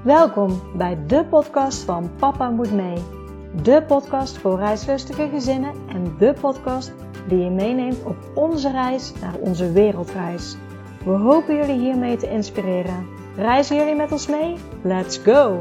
Welkom bij de podcast van Papa Moet Mee. De podcast voor reislustige gezinnen en de podcast die je meeneemt op onze reis naar onze wereldreis. We hopen jullie hiermee te inspireren. Reizen jullie met ons mee? Let's go!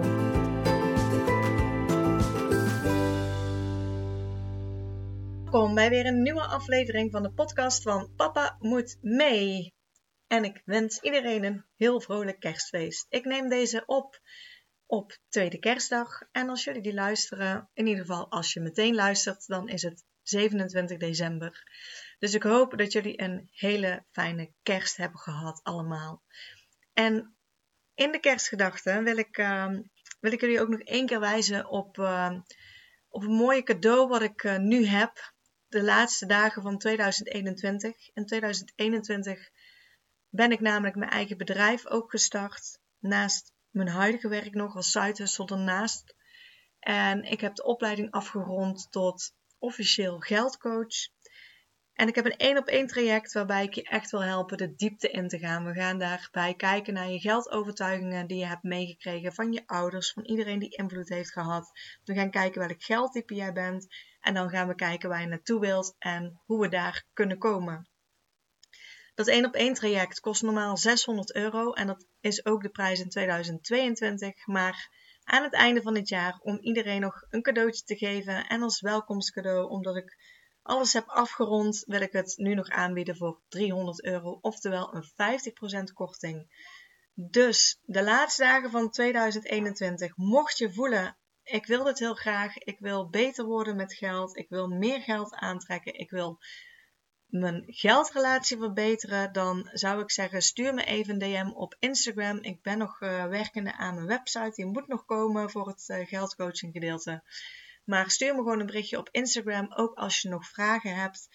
Welkom bij weer een nieuwe aflevering van de podcast van Papa Moet Mee. En ik wens iedereen een heel vrolijk kerstfeest. Ik neem deze op tweede kerstdag. En als jullie die luisteren, in ieder geval als je meteen luistert, dan is het 27 december. Dus ik hoop dat jullie een hele fijne kerst hebben gehad allemaal. En in de kerstgedachten wil ik jullie ook nog één keer wijzen op een mooie cadeau wat ik nu heb. De laatste dagen van 2021. In 2021 ben ik namelijk mijn eigen bedrijf ook gestart. Naast mijn huidige werk nog als sidehustle ernaast. En ik heb de opleiding afgerond tot officieel geldcoach. En ik heb een 1-op-1 traject waarbij ik je echt wil helpen de diepte in te gaan. We gaan daarbij kijken naar je geldovertuigingen die je hebt meegekregen van je ouders, van iedereen die invloed heeft gehad. We gaan kijken welk geldtype jij bent. En dan gaan we kijken waar je naartoe wilt en hoe we daar kunnen komen. Dat 1-op-1 traject kost normaal €600 en dat is ook de prijs in 2022. Maar aan het einde van het jaar, om iedereen nog een cadeautje te geven en als welkomstcadeau, omdat ik alles heb afgerond, wil ik het nu nog aanbieden voor €300, oftewel een 50% korting. Dus de laatste dagen van 2021, mocht je voelen, ik wil dit heel graag, ik wil beter worden met geld, ik wil meer geld aantrekken, ik wil mijn geldrelatie verbeteren, dan zou ik zeggen stuur me even een DM op Instagram. Ik ben nog werkende aan mijn website, die moet nog komen voor het geldcoaching gedeelte. Maar stuur me gewoon een berichtje op Instagram, ook als je nog vragen hebt.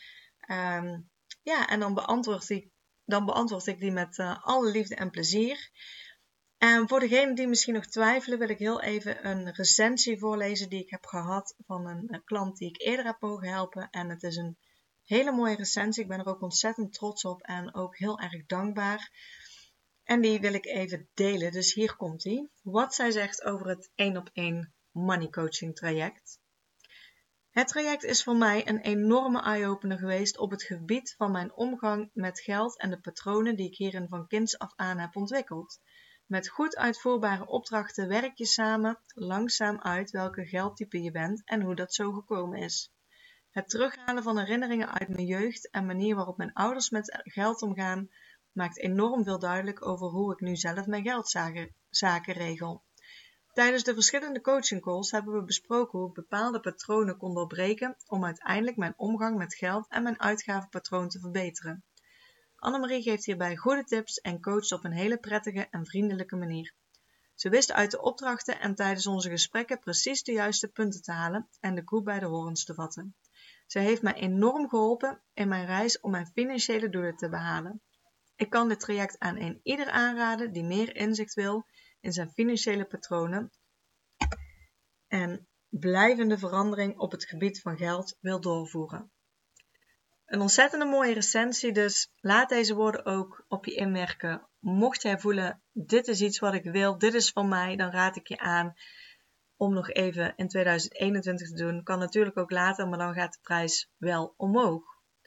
En dan beantwoord ik die met alle liefde en plezier. En voor degenen die misschien nog twijfelen, wil ik heel even een recensie voorlezen die ik heb gehad van een klant die ik eerder heb mogen helpen. En het is een hele mooie recensie. Ik ben er ook ontzettend trots op en ook heel erg dankbaar. En die wil ik even delen. Dus hier komt die. Wat zij zegt over het 1-op-1 money coaching traject. Het traject is voor mij een enorme eye-opener geweest op het gebied van mijn omgang met geld en de patronen die ik hierin van kinds af aan heb ontwikkeld. Met goed uitvoerbare opdrachten werk je samen langzaam uit welke geldtype je bent en hoe dat zo gekomen is. Het terughalen van herinneringen uit mijn jeugd en manier waarop mijn ouders met geld omgaan, maakt enorm veel duidelijk over hoe ik nu zelf mijn geldzaken regel. Tijdens de verschillende coaching calls hebben we besproken hoe ik bepaalde patronen kon doorbreken om uiteindelijk mijn omgang met geld en mijn uitgavenpatroon te verbeteren. Annemarie geeft hierbij goede tips en coacht op een hele prettige en vriendelijke manier. Ze wist uit de opdrachten en tijdens onze gesprekken precies de juiste punten te halen en de koe bij de horens te vatten. Ze heeft mij enorm geholpen in mijn reis om mijn financiële doelen te behalen. Ik kan dit traject aan ieder aanraden die meer inzicht wil in zijn financiële patronen en blijvende verandering op het gebied van geld wil doorvoeren. Een ontzettende mooie recensie, dus laat deze woorden ook op je inwerken. Mocht jij voelen, dit is iets wat ik wil, dit is van mij, dan raad ik je aan om nog even in 2021 te doen. Kan natuurlijk ook later, maar dan gaat de prijs wel omhoog.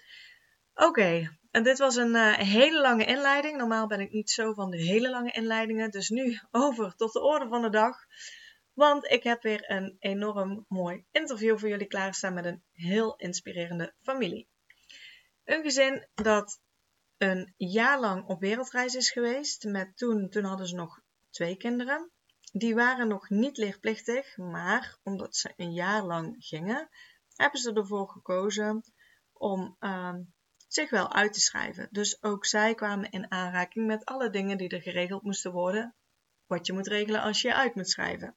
Oké, en dit was een hele lange inleiding. Normaal ben ik niet zo van de hele lange inleidingen. Dus nu over tot de orde van de dag. Want ik heb weer een enorm mooi interview voor jullie klaarstaan met een heel inspirerende familie. Een gezin dat een jaar lang op wereldreis is geweest. Toen hadden ze nog 2 kinderen. Die waren nog niet leerplichtig, maar omdat ze een jaar lang gingen, hebben ze ervoor gekozen om zich wel uit te schrijven. Dus ook zij kwamen in aanraking met alle dingen die er geregeld moesten worden, wat je moet regelen als je uit moet schrijven.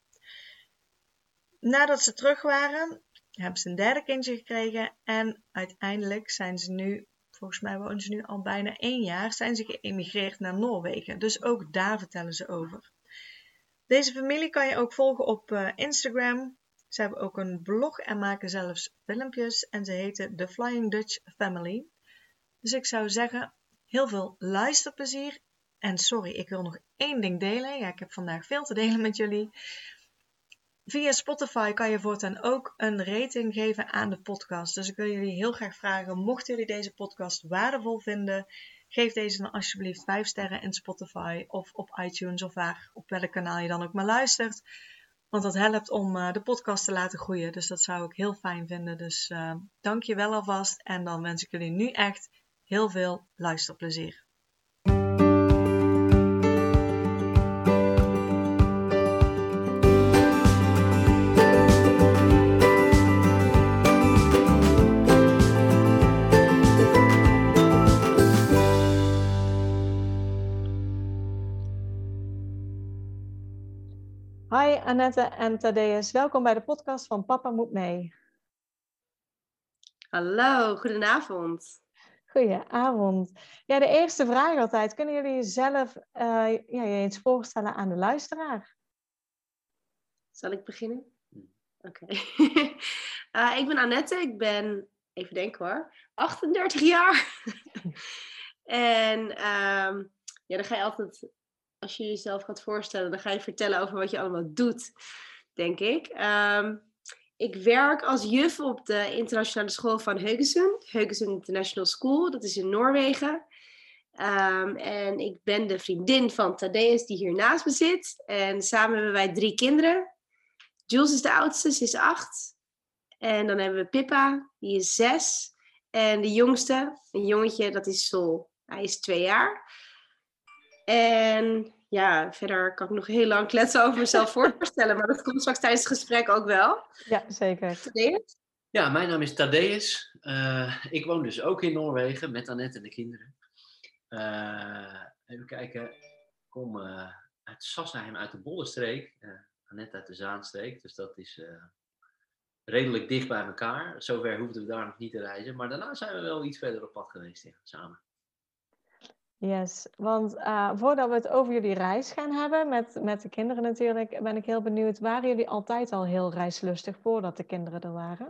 Nadat ze terug waren, hebben ze een 3e kindje gekregen en uiteindelijk zijn ze nu, volgens mij wonen ze nu al bijna 1 jaar, zijn ze geëmigreerd naar Noorwegen. Dus ook daar vertellen ze over. Deze familie kan je ook volgen op Instagram. Ze hebben ook een blog en maken zelfs filmpjes en ze heten The Flying Dutch Family. Dus ik zou zeggen, heel veel luisterplezier En sorry, ik wil nog 1 ding delen. Ja, ik heb vandaag veel te delen met jullie. Via Spotify kan je voortaan ook een rating geven aan de podcast. Dus ik wil jullie heel graag vragen, mochten jullie deze podcast waardevol vinden, geef deze dan alsjeblieft 5 sterren in Spotify of op iTunes of op welk kanaal je dan ook maar luistert. Want dat helpt om de podcast te laten groeien. Dus dat zou ik heel fijn vinden. Dus dank je wel alvast. En dan wens ik jullie nu echt heel veel luisterplezier. Hi Annette en Thaddeus, welkom bij de podcast van Papa Moet Mee. Hallo, goedenavond. Goedenavond. Ja, de eerste vraag altijd. Kunnen jullie jezelf je eens voorstellen aan de luisteraar? Zal ik beginnen? Oké. Ik ben Annette, ik ben, even denken hoor, 38 jaar. En dan ga je altijd, als je jezelf gaat voorstellen, dan ga je vertellen over wat je allemaal doet, denk ik. Ik werk als juf op de internationale school van Haugesund International School. Dat is in Noorwegen. En ik ben de vriendin van Thaddeus die hier naast me zit. En samen hebben wij 3 kinderen. Jules is de oudste, ze is 8. En dan hebben we Pippa, die is 6. En de jongste, een jongetje, dat is Sol. Hij is 2 jaar. En ja, verder kan ik nog heel lang kletsen over mezelf voorstellen. Maar dat komt straks tijdens het gesprek ook wel. Ja, zeker. Thaddeus? Ja, mijn naam is Thaddeus. Ik woon dus ook in Noorwegen met Annette en de kinderen. Even kijken. Ik kom uit Sassheim, uit de Bollenstreek. Annette uit de Zaanstreek. Dus dat is redelijk dicht bij elkaar. Zover hoefden we daar nog niet te reizen. Maar daarna zijn we wel iets verder op pad geweest, ja, samen. Yes, want voordat we het over jullie reis gaan hebben, met de kinderen natuurlijk, ben ik heel benieuwd, waren jullie altijd al heel reislustig voordat de kinderen er waren?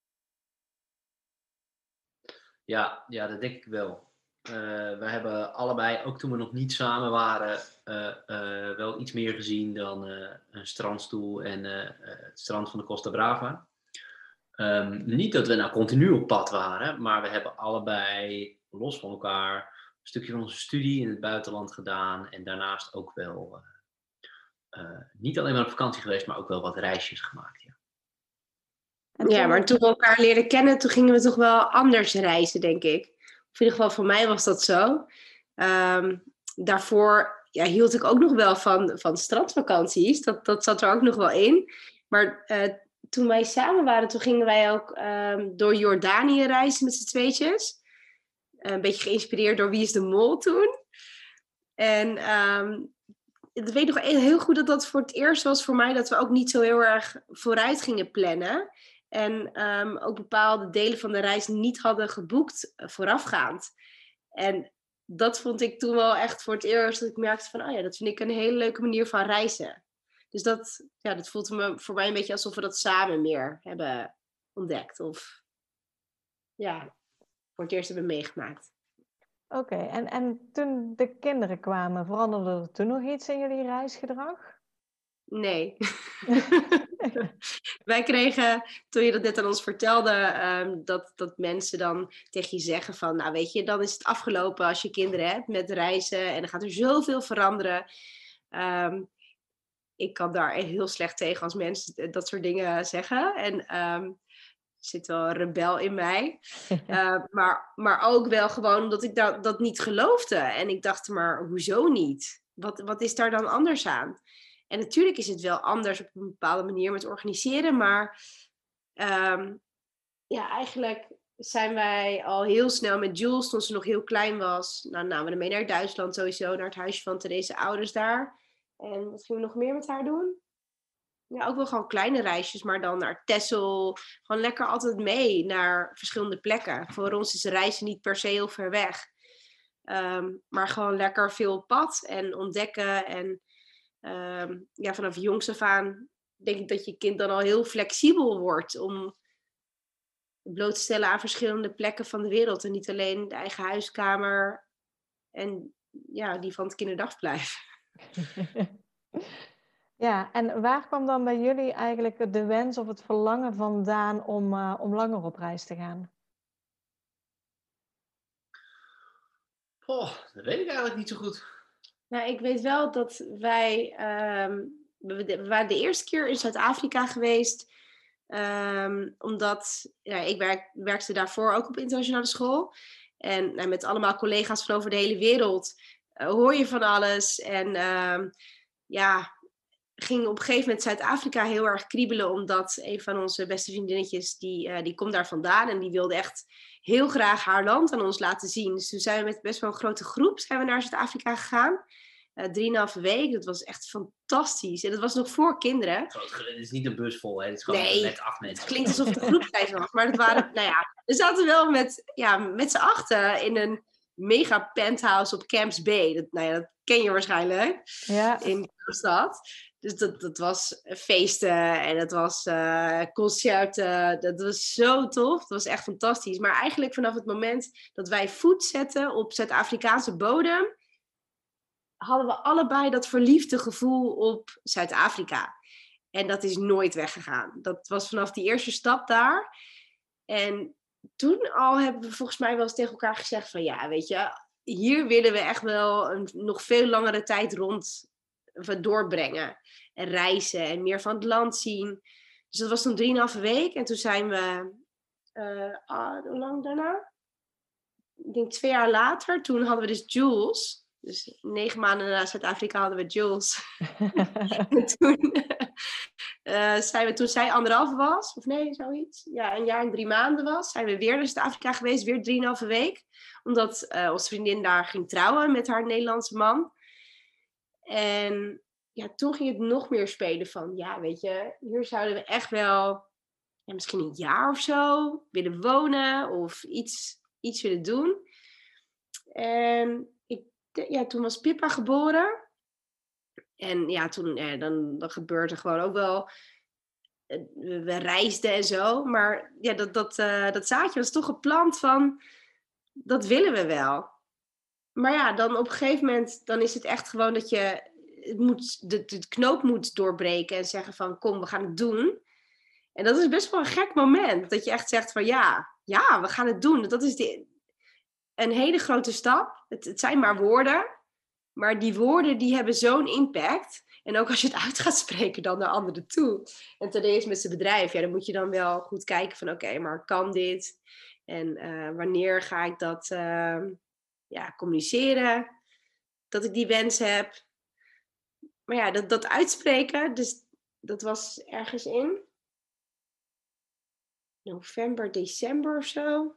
Ja, dat denk ik wel. We hebben allebei, ook toen we nog niet samen waren, wel iets meer gezien dan een strandstoel en het strand van de Costa Brava. Niet dat we nou continu op pad waren, maar we hebben allebei los van elkaar een stukje van onze studie in het buitenland gedaan. En daarnaast ook wel niet alleen maar op vakantie geweest, maar ook wel wat reisjes gemaakt. Ja. Ja, maar toen we elkaar leren kennen, toen gingen we toch wel anders reizen, denk ik. Of in ieder geval voor mij was dat zo. Daarvoor hield ik ook nog wel van strandvakanties. Dat zat er ook nog wel in. Maar toen wij samen waren, toen gingen wij ook door Jordanië reizen met z'n tweetjes. Een beetje geïnspireerd door Wie is de Mol toen. En ik weet nog heel goed dat dat voor het eerst was voor mij dat we ook niet zo heel erg vooruit gingen plannen. En ook bepaalde delen van de reis niet hadden geboekt voorafgaand. En dat vond ik toen wel echt voor het eerst dat ik merkte van, dat vind ik een hele leuke manier van reizen. Dus dat voelt voor mij een beetje alsof we dat samen meer hebben ontdekt. Of voor het eerst hebben meegemaakt. Oké, en toen de kinderen kwamen, veranderde er toen nog iets in jullie reisgedrag? Nee. Wij kregen, toen je dat net aan ons vertelde, dat mensen dan tegen je zeggen van, nou weet je, dan is het afgelopen als je kinderen hebt met reizen en dan gaat er zoveel veranderen. Ik kan daar heel slecht tegen als mensen dat soort dingen zeggen. En er zit wel een rebel in mij. Maar ook wel gewoon omdat ik dat niet geloofde. En ik dacht, maar hoezo niet? Wat is daar dan anders aan? En natuurlijk is het wel anders op een bepaalde manier met organiseren. Maar eigenlijk zijn wij al heel snel met Jules, toen ze nog heel klein was. Nou, namen we haar mee naar Duitsland sowieso, naar het huisje van Therese ouders daar. En wat gingen we nog meer met haar doen? Ja, ook wel gewoon kleine reisjes, maar dan naar Texel. Gewoon lekker altijd mee naar verschillende plekken. Voor ons is reizen niet per se heel ver weg. Maar gewoon lekker veel op pad en ontdekken. En vanaf jongs af aan denk ik dat je kind dan al heel flexibel wordt om bloot te stellen aan verschillende plekken van de wereld. En niet alleen de eigen huiskamer. En die van het kinderdagverblijf. Ja, en waar kwam dan bij jullie eigenlijk de wens of het verlangen vandaan om langer op reis te gaan? Dat weet ik eigenlijk niet zo goed. Nou, ik weet wel dat wij... we waren de eerste keer in Zuid-Afrika geweest. Omdat ik werkte daarvoor ook op internationale school. En met allemaal collega's van over de hele wereld hoor je van alles. En ging op een gegeven moment Zuid-Afrika heel erg kriebelen. Omdat een van onze beste vriendinnetjes, die komt daar vandaan. En die wilde echt heel graag haar land aan ons laten zien. Dus toen zijn we met best wel een grote groep naar Zuid-Afrika gegaan. 3,5 week. Dat was echt fantastisch. En dat was nog voor kinderen. Het is niet een bus vol, hè? Het is gewoon met 8 mensen. Het klinkt alsof het een groepsreis was. Maar dat waren, we zaten wel met z'n achten in een mega penthouse op Camps Bay. Dat ken je waarschijnlijk. Ja. In de stad. Dus dat was feesten en dat was concerten. Dat was zo tof. Dat was echt fantastisch. Maar eigenlijk vanaf het moment dat wij voet zetten op Zuid-Afrikaanse bodem, hadden we allebei dat verliefde gevoel op Zuid-Afrika. En dat is nooit weggegaan. Dat was vanaf die eerste stap daar. En toen al hebben we volgens mij wel eens tegen elkaar gezegd van weet je, hier willen we echt wel een nog veel langere tijd doorbrengen. En reizen en meer van het land zien. Dus dat was toen 3,5 week. En toen zijn we, hoe lang daarna? Ik denk 2 jaar later. Toen hadden we dus Jules. Dus 9 maanden na Zuid-Afrika hadden we Jules. En toen zij 1,5 was, of nee, zoiets. Ja, 1 jaar en 3 maanden was, zijn we weer naar Zuid-Afrika geweest, weer 3,5 week. Omdat onze vriendin daar ging trouwen met haar Nederlandse man. En toen ging het nog meer spelen van, weet je, hier zouden we echt wel misschien 1 jaar of zo willen wonen of iets willen doen. En toen was Pippa geboren. En toen dan gebeurt er gewoon ook wel. We reisden en zo. Maar dat zaadje was toch geplant van, dat willen we wel. Maar dan op een gegeven moment, dan is het echt gewoon dat je de knoop moet doorbreken en zeggen van, kom, we gaan het doen. En dat is best wel een gek moment. Dat je echt zegt van, we gaan het doen. Dat is een hele grote stap. Het zijn maar woorden. Maar die woorden die hebben zo'n impact. En ook als je het uit gaat spreken dan naar anderen toe. En ten eerste met zijn bedrijf. Dan moet je dan wel goed kijken van oké, maar kan dit? En wanneer ga ik dat communiceren? Dat ik die wens heb. Maar dat uitspreken. Dus dat was ergens in november, december of zo.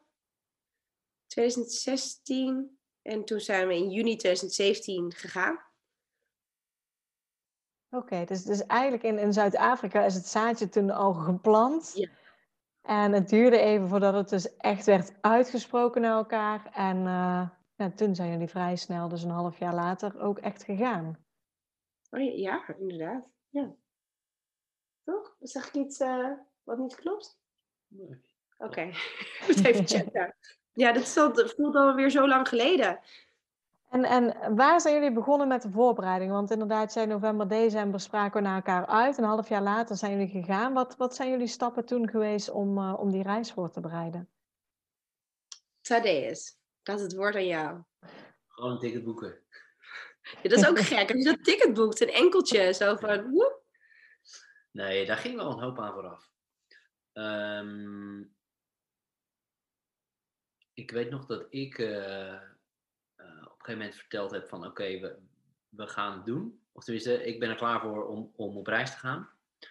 2016. En toen zijn we in juni 2017 gegaan. Oké, dus eigenlijk in Zuid-Afrika is het zaadje toen al geplant. Ja. En het duurde even voordat het dus echt werd uitgesproken naar elkaar. En toen zijn jullie vrij snel, dus 1,5 jaar later, ook echt gegaan. Oh ja, inderdaad. Ja. Toch? Zeg ik iets wat niet klopt? Nee. Oké. Moet even checken. Ja, dat voelt alweer zo lang geleden. En waar zijn jullie begonnen met de voorbereiding? Want inderdaad, zei november, december spraken we naar elkaar uit. 1,5 jaar later zijn jullie gegaan. Wat zijn jullie stappen toen geweest om die reis voor te bereiden? Thaddeus, dat is het woord aan jou. Gewoon een ticket boeken. Ja, dat is ook gek. Als je dat ticket boekt, een enkeltje, zo van... Woep. Nee, daar ging wel een hoop aan vooraf. Ik weet nog dat ik op een gegeven moment verteld heb van oké, we gaan het doen. Of tenminste, ik ben er klaar voor om op reis te gaan.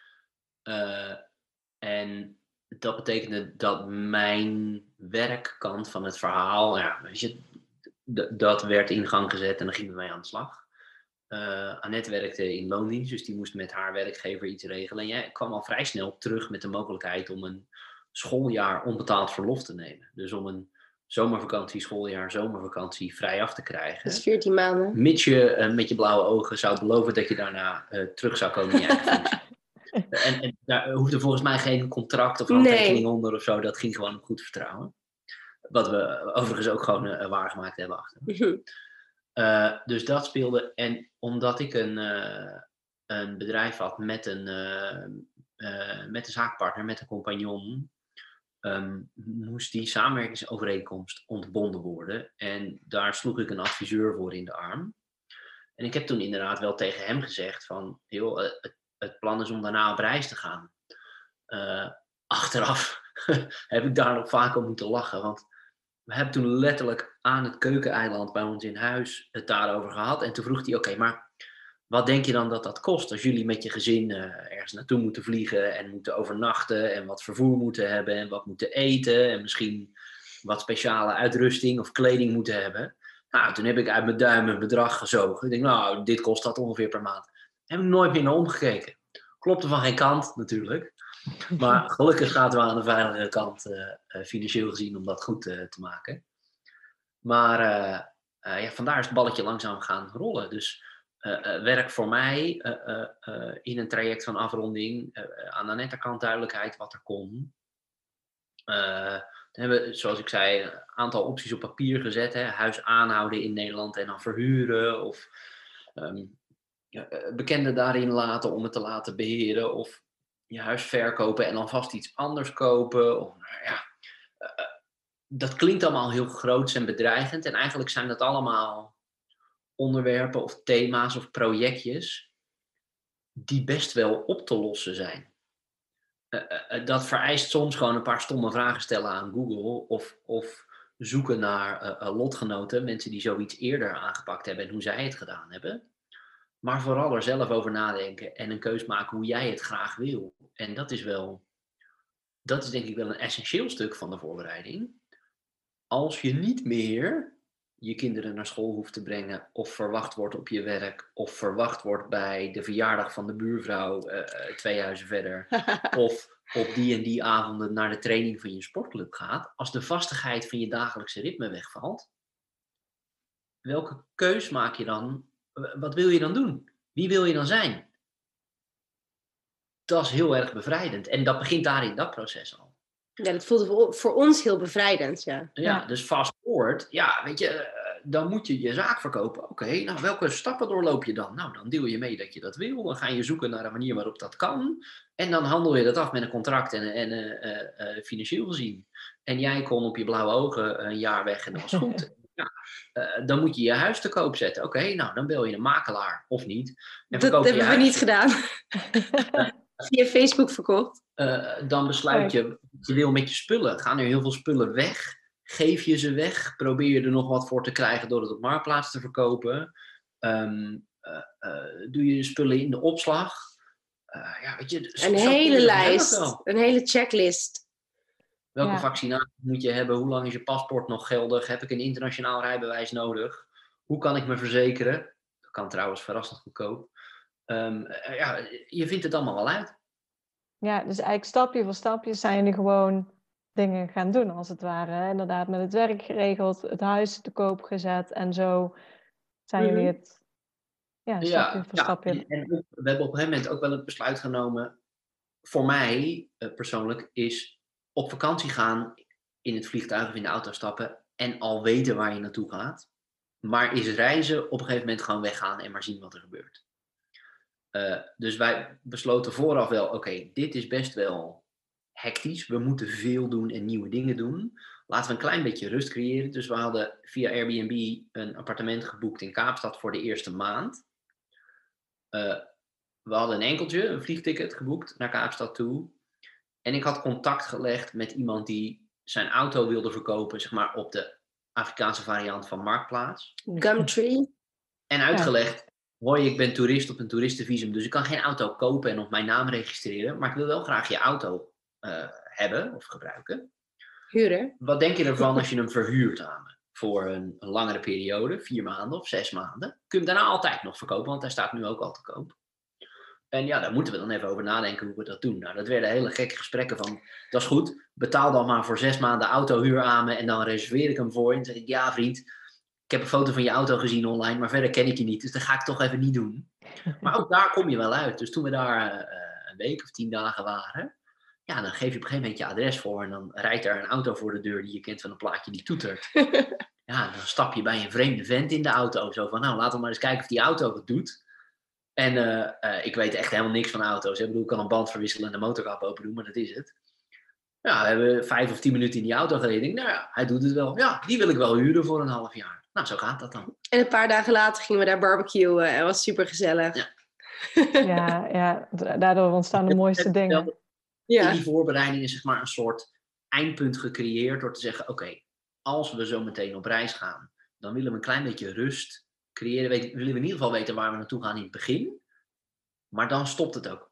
En dat betekende dat mijn werkkant van het verhaal, dat werd in gang gezet en dan gingen we mee aan de slag. Annette werkte in loondienst, dus die moest met haar werkgever iets regelen. En jij kwam al vrij snel terug met de mogelijkheid om een schooljaar onbetaald verlof te nemen. Dus om een zomervakantie vrij af te krijgen. Dat is 14 maanden. Mits je met je blauwe ogen zou beloven dat je daarna terug zou komen in je eigen functie. En daar hoefde volgens mij geen contract of handtekening onder of zo. Dat ging gewoon op goed vertrouwen. Wat we overigens ook gewoon waargemaakt hebben achter. Dus dat speelde. En omdat ik een bedrijf had met een zaakpartner, met een compagnon, moest die samenwerkingsovereenkomst ontbonden worden. En daar sloeg ik een adviseur voor in de arm. En ik heb toen inderdaad wel tegen hem gezegd van, joh, het plan is om daarna op reis te gaan. Achteraf heb ik daar nog vaak om moeten lachen, want we hebben toen letterlijk aan het keukeneiland bij ons in huis het daarover gehad. En toen vroeg hij, oké, maar wat denk je dan dat kost als jullie met je gezin ergens naartoe moeten vliegen en moeten overnachten en wat vervoer moeten hebben en wat moeten eten en misschien wat speciale uitrusting of kleding moeten hebben. Nou, toen heb ik uit mijn duim een bedrag gezogen. Ik denk, nou, dit kost dat ongeveer per maand. Heb ik nooit meer naar omgekeken. Klopte van geen kant natuurlijk. Maar gelukkig zaten we aan de veilige kant financieel gezien om dat goed te maken. Maar vandaar is het balletje langzaam gaan rollen. Dus werk voor mij in een traject van afronding. Aan de nette kant duidelijkheid wat er kon. Dan hebben we, zoals ik zei, een aantal opties op papier gezet. Hè? Huis aanhouden in Nederland en dan verhuren. Of bekenden daarin laten om het te laten beheren. Of je huis verkopen en dan vast iets anders kopen. Of, dat klinkt allemaal heel groots en bedreigend. En eigenlijk zijn dat allemaal onderwerpen of thema's of projectjes die best wel op te lossen zijn. Dat vereist soms gewoon een paar stomme vragen stellen aan Google of zoeken naar lotgenoten, mensen die zoiets eerder aangepakt hebben en hoe zij het gedaan hebben. Maar vooral er zelf over nadenken en een keus maken hoe jij het graag wil. En dat is denk ik wel een essentieel stuk van de voorbereiding. Als je niet meer je kinderen naar school hoeft te brengen of verwacht wordt op je werk of verwacht wordt bij de verjaardag van de buurvrouw 2 huizen verder of op die en die avonden naar de training van je sportclub gaat, als de vastigheid van je dagelijkse ritme wegvalt, welke keus maak je dan? Wat wil je dan doen? Wie wil je dan zijn? Dat is heel erg bevrijdend en dat begint daar in dat proces al. Ja, dat voelt voor ons heel bevrijdend, ja. Ja, dus fast forward, ja, weet je, dan moet je je zaak verkopen. Oké, nou, welke stappen doorloop je dan? Nou, dan deel je mee dat je dat wil. Dan ga je zoeken naar een manier waarop dat kan. En dan handel je dat af met een contract en financieel gezien. En jij kon op je blauwe ogen een jaar weg en dat was goed. Ja, dan moet je je huis te koop zetten. Oké, nou, dan bel je een makelaar of niet. En Dat hebben we niet gedaan. Via Facebook verkocht. Dan besluit je wat je wil met je spullen. Gaan er heel veel spullen weg? Geef je ze weg? Probeer je er nog wat voor te krijgen door het op Marktplaats te verkopen? Doe je spullen in de opslag? Weet je, een hele lijst. Een hele checklist. Welke vaccinatie moet je hebben? Hoe lang is je paspoort nog geldig? Heb ik een internationaal rijbewijs nodig? Hoe kan ik me verzekeren? Dat kan trouwens verrassend goedkoop. Je vindt het allemaal wel uit. Ja, dus eigenlijk stapje voor stapje zijn jullie gewoon dingen gaan doen, als het ware. Inderdaad, met het werk geregeld, het huis te koop gezet en zo zijn jullie het stapje voor stapje. En we hebben op een gegeven moment ook wel het besluit genomen, voor mij persoonlijk, is op vakantie gaan, in het vliegtuig of in de auto stappen en al weten waar je naartoe gaat. Maar is reizen op een gegeven moment gewoon weggaan en maar zien wat er gebeurt. Dus wij besloten vooraf wel, oké, dit is best wel hectisch. We moeten veel doen en nieuwe dingen doen. Laten we een klein beetje rust creëren. Dus we hadden via Airbnb een appartement geboekt in Kaapstad voor de eerste maand. We hadden een enkeltje, een vliegticket geboekt naar Kaapstad toe. En ik had contact gelegd met iemand die zijn auto wilde verkopen, zeg maar op de Afrikaanse variant van Marktplaats. Gumtree. En uitgelegd, hoi, ik ben toerist op een toeristenvisum, dus ik kan geen auto kopen en op mijn naam registreren, maar ik wil wel graag je auto hebben of gebruiken. Huren. Wat denk je ervan als je hem verhuurt aan me? Voor een langere periode, 4 maanden of 6 maanden. Kun je hem daarna altijd nog verkopen, want hij staat nu ook al te koop. En ja, daar moeten we dan even over nadenken hoe we dat doen. Nou, dat werden hele gekke gesprekken van, dat is goed, betaal dan maar voor 6 maanden autohuur aan me en dan reserveer ik hem voor je. En dan zeg ik, ja vriend, ik heb een foto van je auto gezien online, maar verder ken ik je niet, dus dat ga ik toch even niet doen. Maar ook daar kom je wel uit. Dus toen we daar een week of 10 dagen waren, ja, dan geef je op een gegeven moment je adres voor en dan rijdt er een auto voor de deur die je kent van een plaatje die toetert. Ja, dan stap je bij een vreemde vent in de auto. Zo van, nou, laten we maar eens kijken of die auto het doet. En ik weet echt helemaal niks van auto's. Ik bedoel, ik kan een band verwisselen en de motorkap open doen, maar dat is het. Ja, we hebben 5 of 10 minuten in die auto gereden. Ik denk, nou ja, hij doet het wel. Ja, die wil ik wel huren voor een half jaar. Nou, zo gaat dat dan. En een paar dagen later gingen we daar barbecuen. En was super gezellig. Ja, daardoor ontstaan de mooiste dingen. In die voorbereiding is zeg maar een soort eindpunt gecreëerd door te zeggen, oké, als we zo meteen op reis gaan, dan willen we een klein beetje rust creëren. Willen we in ieder geval weten waar we naartoe gaan in het begin. Maar dan stopt het ook.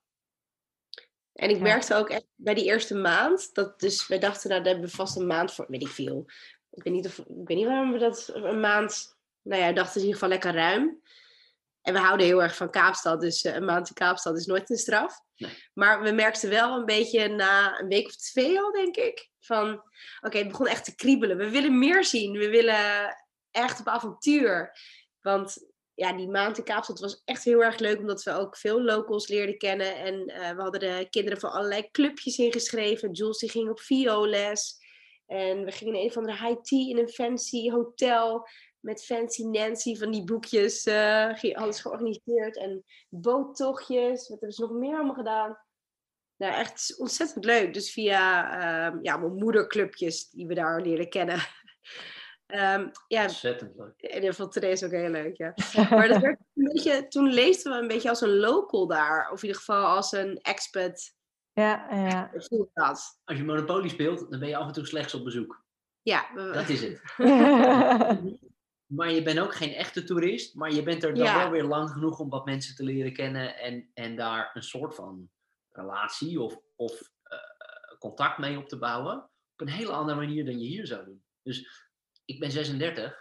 En ik merkte ook echt bij die eerste maand, dat dus wij dachten, nou, daar hebben we vast een maand voor, weet ik veel. Ik weet niet waarom we dat een maand, nou ja, dachten in ieder geval lekker ruim. En we houden heel erg van Kaapstad, dus een maand in Kaapstad is nooit een straf. Nee. Maar we merkten wel een beetje na een week of 2 al, denk ik, van oké, het begon echt te kriebelen. We willen meer zien, we willen echt op avontuur. Want ja, die maand in Kaapstad was echt heel erg leuk, omdat we ook veel locals leerden kennen. En we hadden de kinderen voor allerlei clubjes ingeschreven. Jules die ging op violes. En we gingen in een of andere high tea in een fancy hotel met Fancy Nancy van die boekjes. Alles georganiseerd. En boottochtjes. Wat hebben ze nog meer allemaal gedaan? Nou, echt ontzettend leuk. Dus via mijn moederclubjes die we daar leren kennen. Ontzettend leuk. En dat vond Therese ook heel leuk, ja. Maar dat werd een beetje, toen leefden we een beetje als een local daar. Of in ieder geval als een expat. Ja. Als je Monopoly speelt, dan ben je af en toe slechts op bezoek. Ja. Dat is het. Maar je bent ook geen echte toerist. Maar je bent er dan wel weer lang genoeg om wat mensen te leren kennen. En daar een soort van relatie of contact mee op te bouwen. Op een hele andere manier dan je hier zou doen. Dus ik ben 36.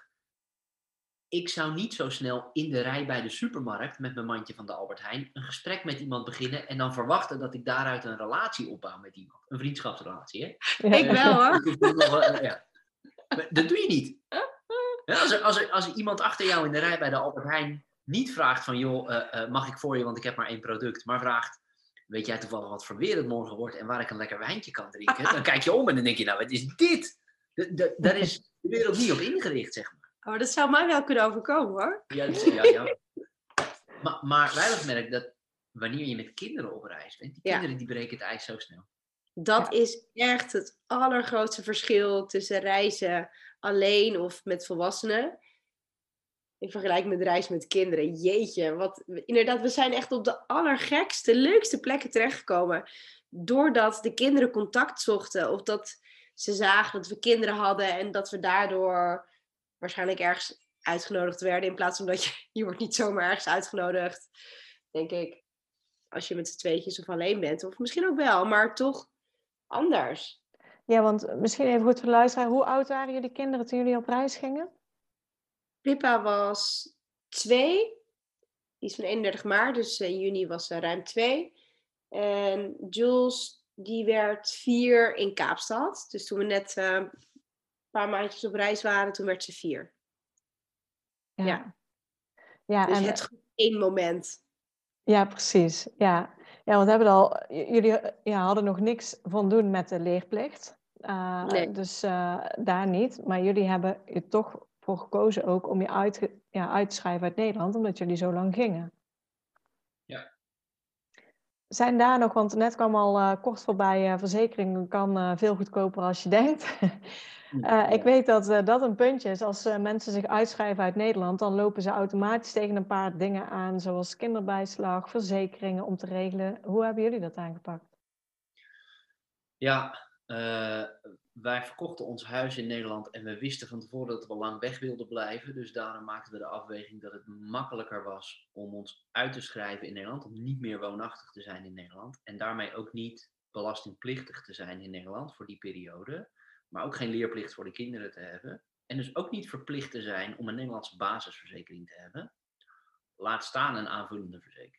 Ik zou niet zo snel in de rij bij de supermarkt met mijn mandje van de Albert Heijn een gesprek met iemand beginnen en dan verwachten dat ik daaruit een relatie opbouw met iemand. Een vriendschapsrelatie, hè? Ja. Ik wel, hoor. Dat doe je niet. Ja, als er iemand achter jou in de rij bij de Albert Heijn niet vraagt van, joh, mag ik voor je, want ik heb maar 1 product, maar vraagt, weet jij toevallig wat voor weer het morgen wordt en waar ik een lekker wijntje kan drinken? Dan kijk je om en dan denk je, nou, wat is dit? Daar is de wereld niet op ingericht, zeg maar. Oh, dat zou mij wel kunnen overkomen, hoor. Ja. Maar wij hebben gemerkt dat wanneer je met kinderen op reis bent, die kinderen die breken het ijs zo snel. Dat is echt het allergrootste verschil tussen reizen alleen of met volwassenen. In vergelijking met reizen met kinderen. Jeetje, inderdaad, we zijn echt op de allergekste, leukste plekken terechtgekomen. Doordat de kinderen contact zochten. Of dat ze zagen dat we kinderen hadden en dat we daardoor waarschijnlijk ergens uitgenodigd werden. In plaats van dat je wordt niet zomaar ergens uitgenodigd, denk ik. Als je met z'n tweetjes of alleen bent. Of misschien ook wel, maar toch anders. Ja, want misschien even goed voor de luisteraar. Hoe oud waren jullie kinderen toen jullie op reis gingen? Pippa was 2. Die is van 31 maart, dus in juni was ze ruim 2. En Jules, die werd 4 in Kaapstad. Dus toen we net een paar maandjes op reis waren, toen werd ze 4. Ja, dus en het 1 moment. Ja, precies. Ja, want jullie hadden nog niks van doen met de leerplicht. Nee. Dus daar niet. Maar jullie hebben er toch voor gekozen ook om je uit te schrijven uit Nederland, omdat jullie zo lang gingen. Ja. Zijn daar nog, want net kwam al kort voorbij, verzekering kan veel goedkoper als je denkt. Ik weet dat dat een puntje is. Als mensen zich uitschrijven uit Nederland, dan lopen ze automatisch tegen een paar dingen aan, zoals kinderbijslag, verzekeringen om te regelen. Hoe hebben jullie dat aangepakt? Ja, wij verkochten ons huis in Nederland en we wisten van tevoren dat we lang weg wilden blijven. Dus daarom maakten we de afweging dat het makkelijker was om ons uit te schrijven in Nederland, om niet meer woonachtig te zijn in Nederland. En daarmee ook niet belastingplichtig te zijn in Nederland voor die periode. Maar ook geen leerplicht voor de kinderen te hebben. En dus ook niet verplicht te zijn om een Nederlandse basisverzekering te hebben. Laat staan een aanvullende verzekering.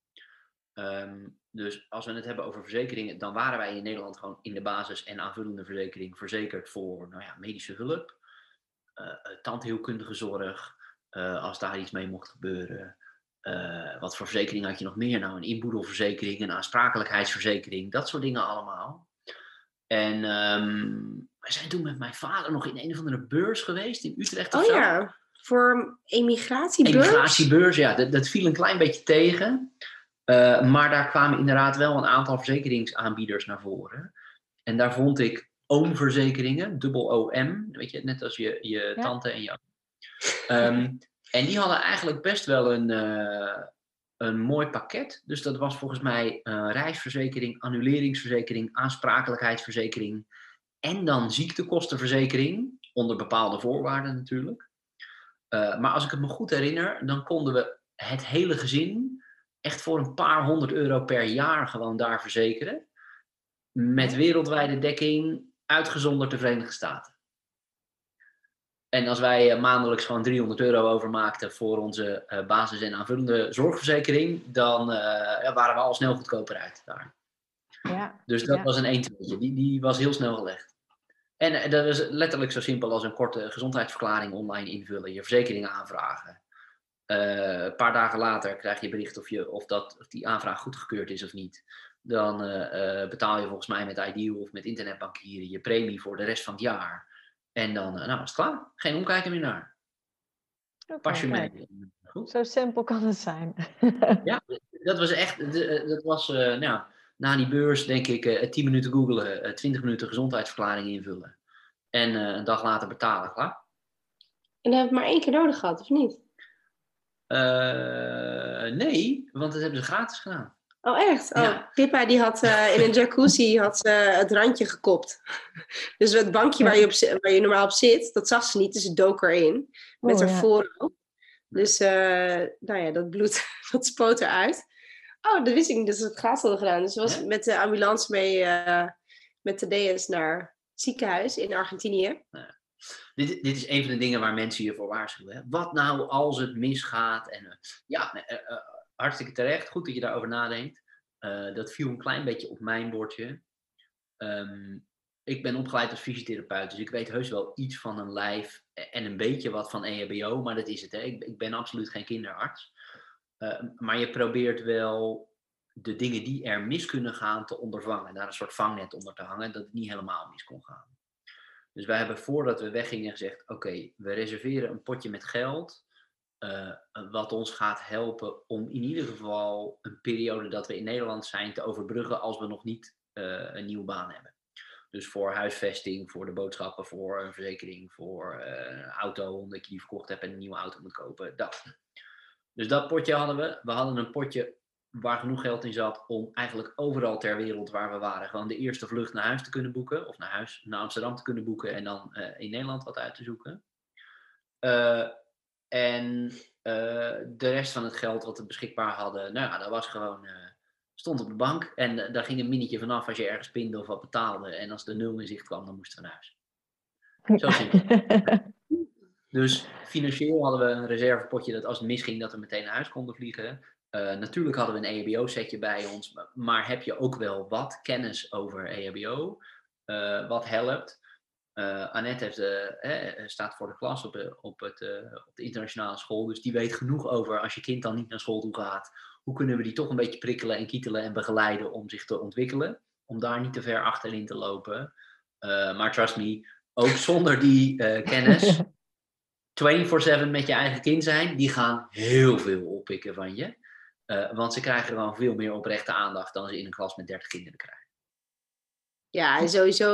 Dus als we het hebben over verzekeringen, dan waren wij in Nederland gewoon in de basis- en aanvullende verzekering verzekerd voor medische hulp, tandheelkundige zorg, als daar iets mee mocht gebeuren. Wat voor verzekering had je nog meer? Nou, een inboedelverzekering, een aansprakelijkheidsverzekering, dat soort dingen allemaal. En wij zijn toen met mijn vader nog in een of andere beurs geweest in Utrecht of Oh zo. ja, voor emigratiebeurs? Emigratiebeurs, ja, dat viel een klein beetje tegen. Maar daar kwamen inderdaad wel een aantal verzekeringsaanbieders naar voren. En daar vond ik oomverzekeringen, dubbel OM, weet je, net als je tante en je oom. En die hadden eigenlijk best wel een mooi pakket. Dus dat was volgens mij reisverzekering, annuleringsverzekering, aansprakelijkheidsverzekering en dan ziektekostenverzekering, onder bepaalde voorwaarden natuurlijk. Maar als ik het me goed herinner, dan konden we het hele gezin echt voor een paar €100 per jaar gewoon daar verzekeren. Met wereldwijde dekking, uitgezonderd de Verenigde Staten. En als wij maandelijks gewoon €300 overmaakten voor onze basis- en aanvullende zorgverzekering, dan waren we al snel goedkoper uit daar. Ja. Dus dat was een 1-2'tje. Die was heel snel gelegd. En dat is letterlijk zo simpel als een korte gezondheidsverklaring online invullen, je verzekeringen aanvragen. Een paar dagen later krijg je bericht of die aanvraag goedgekeurd is of niet. Dan betaal je volgens mij met Ideal of met internetbankieren je premie voor de rest van het jaar. En dan is het klaar. Geen omkijken meer naar. Pas je mee. Goed. Zo simpel kan het zijn. Ja, dat was echt... na die beurs denk ik 10 minuten googlen, 20 minuten gezondheidsverklaring invullen. En een dag later betalen, klaar. En heb je het maar 1 keer nodig gehad, of niet? Nee, want dat hebben ze gratis gedaan. Oh, echt? Oh, Ja. Pippa die had in een jacuzzi het randje gekopt. Dus het bankje waar je normaal op zit, dat zag ze niet. Dus ze dook erin. Met haar voorhoofd. Dus dat bloed, dat spoot eruit. Oh, dat wist ik niet dat ze het gratis hadden gedaan. Dus ze was met de ambulance mee met de DS naar het ziekenhuis in Argentinië. Dit is een van de dingen waar mensen je voor waarschuwen. Hè? Wat nou als het misgaat? En hartstikke terecht. Goed dat je daarover nadenkt. Dat viel een klein beetje op mijn bordje. Ik ben opgeleid als fysiotherapeut, dus ik weet heus wel iets van een lijf en een beetje wat van EHBO, maar dat is het. Hè? Ik ben absoluut geen kinderarts. Maar je probeert wel de dingen die er mis kunnen gaan te ondervangen. Daar een soort vangnet onder te hangen, dat het niet helemaal mis kon gaan. Dus wij hebben voordat we weggingen gezegd, oké, we reserveren een potje met geld, wat ons gaat helpen om in ieder geval een periode dat we in Nederland zijn te overbruggen als we nog niet een nieuwe baan hebben. Dus voor huisvesting, voor de boodschappen, voor een verzekering, voor een auto, omdat je die verkocht hebt en een nieuwe auto moet kopen. Dat. Dus dat potje hadden we. We hadden een potje waar genoeg geld in zat om eigenlijk overal ter wereld waar we waren gewoon de eerste vlucht naar huis te kunnen boeken. Of naar Amsterdam te kunnen boeken en dan in Nederland wat uit te zoeken. De rest van het geld wat we beschikbaar hadden, dat was gewoon, stond op de bank. En daar ging een minnetje vanaf als je ergens pinde of wat betaalde. En als de 0 in zicht kwam, dan moesten we naar huis. Zo simpel. Dus financieel hadden we een reservepotje dat als het misging, dat we meteen naar huis konden vliegen. Natuurlijk hadden we een EHBO-setje bij ons, maar heb je ook wel wat kennis over EHBO, wat helpt. Annette staat voor de klas op de internationale school, dus die weet genoeg over als je kind dan niet naar school toe gaat. Hoe kunnen we die toch een beetje prikkelen en kietelen en begeleiden om zich te ontwikkelen, om daar niet te ver achterin te lopen. Maar trust me, ook zonder die kennis, 24/7 met je eigen kind zijn, die gaan heel veel oppikken van je. Want ze krijgen gewoon veel meer oprechte aandacht dan ze in een klas met 30 kinderen krijgen. Ja, en sowieso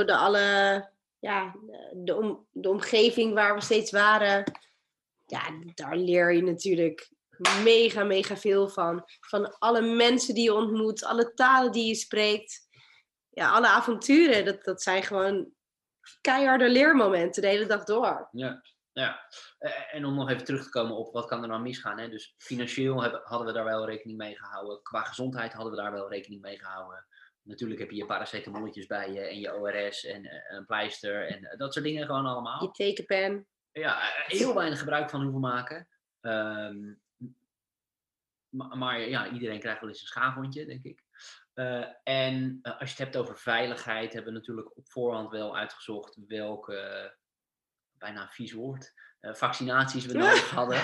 de omgeving waar we steeds waren. Ja, daar leer je natuurlijk mega, mega veel van. Van alle mensen die je ontmoet, alle talen die je spreekt. Ja, alle avonturen. Dat zijn gewoon keiharde leermomenten de hele dag door. Ja. En om nog even terug te komen op wat kan er nou misgaan. Hè? Dus financieel hadden we daar wel rekening mee gehouden. Qua gezondheid hadden we daar wel rekening mee gehouden. Natuurlijk heb je je paracetamolletjes bij je en je ORS en een pleister en dat soort dingen gewoon allemaal. Je tekenpen. Ja, heel weinig gebruik van hoeven maken. Maar ja, iedereen krijgt wel eens een schaafhondje, denk ik. En als je het hebt over veiligheid, hebben we natuurlijk op voorhand wel uitgezocht welke, bijna een vies woord, vaccinaties we nodig hadden.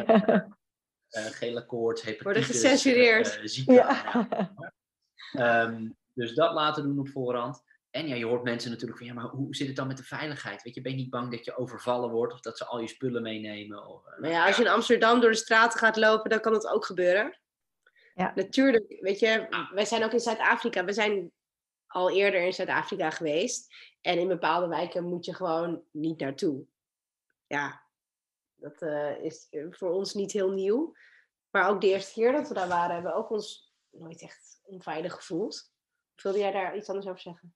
Gele koorts, hepatitis. Worden gecensureerd. Zika. Dus dat laten doen op voorhand. En ja, je hoort mensen natuurlijk van, ja, maar hoe zit het dan met de veiligheid? Weet je, ben je niet bang dat je overvallen wordt of dat ze al je spullen meenemen? Maar ja, als je in Amsterdam door de straten gaat lopen, dan kan dat ook gebeuren. Ja. Natuurlijk, weet je, wij zijn ook in Zuid-Afrika. We zijn al eerder in Zuid-Afrika geweest. En in bepaalde wijken moet je gewoon niet naartoe. Ja, dat is voor ons niet heel nieuw. Maar ook de eerste keer dat we daar waren, hebben we ook ons nooit echt onveilig gevoeld. Wilde jij daar iets anders over zeggen?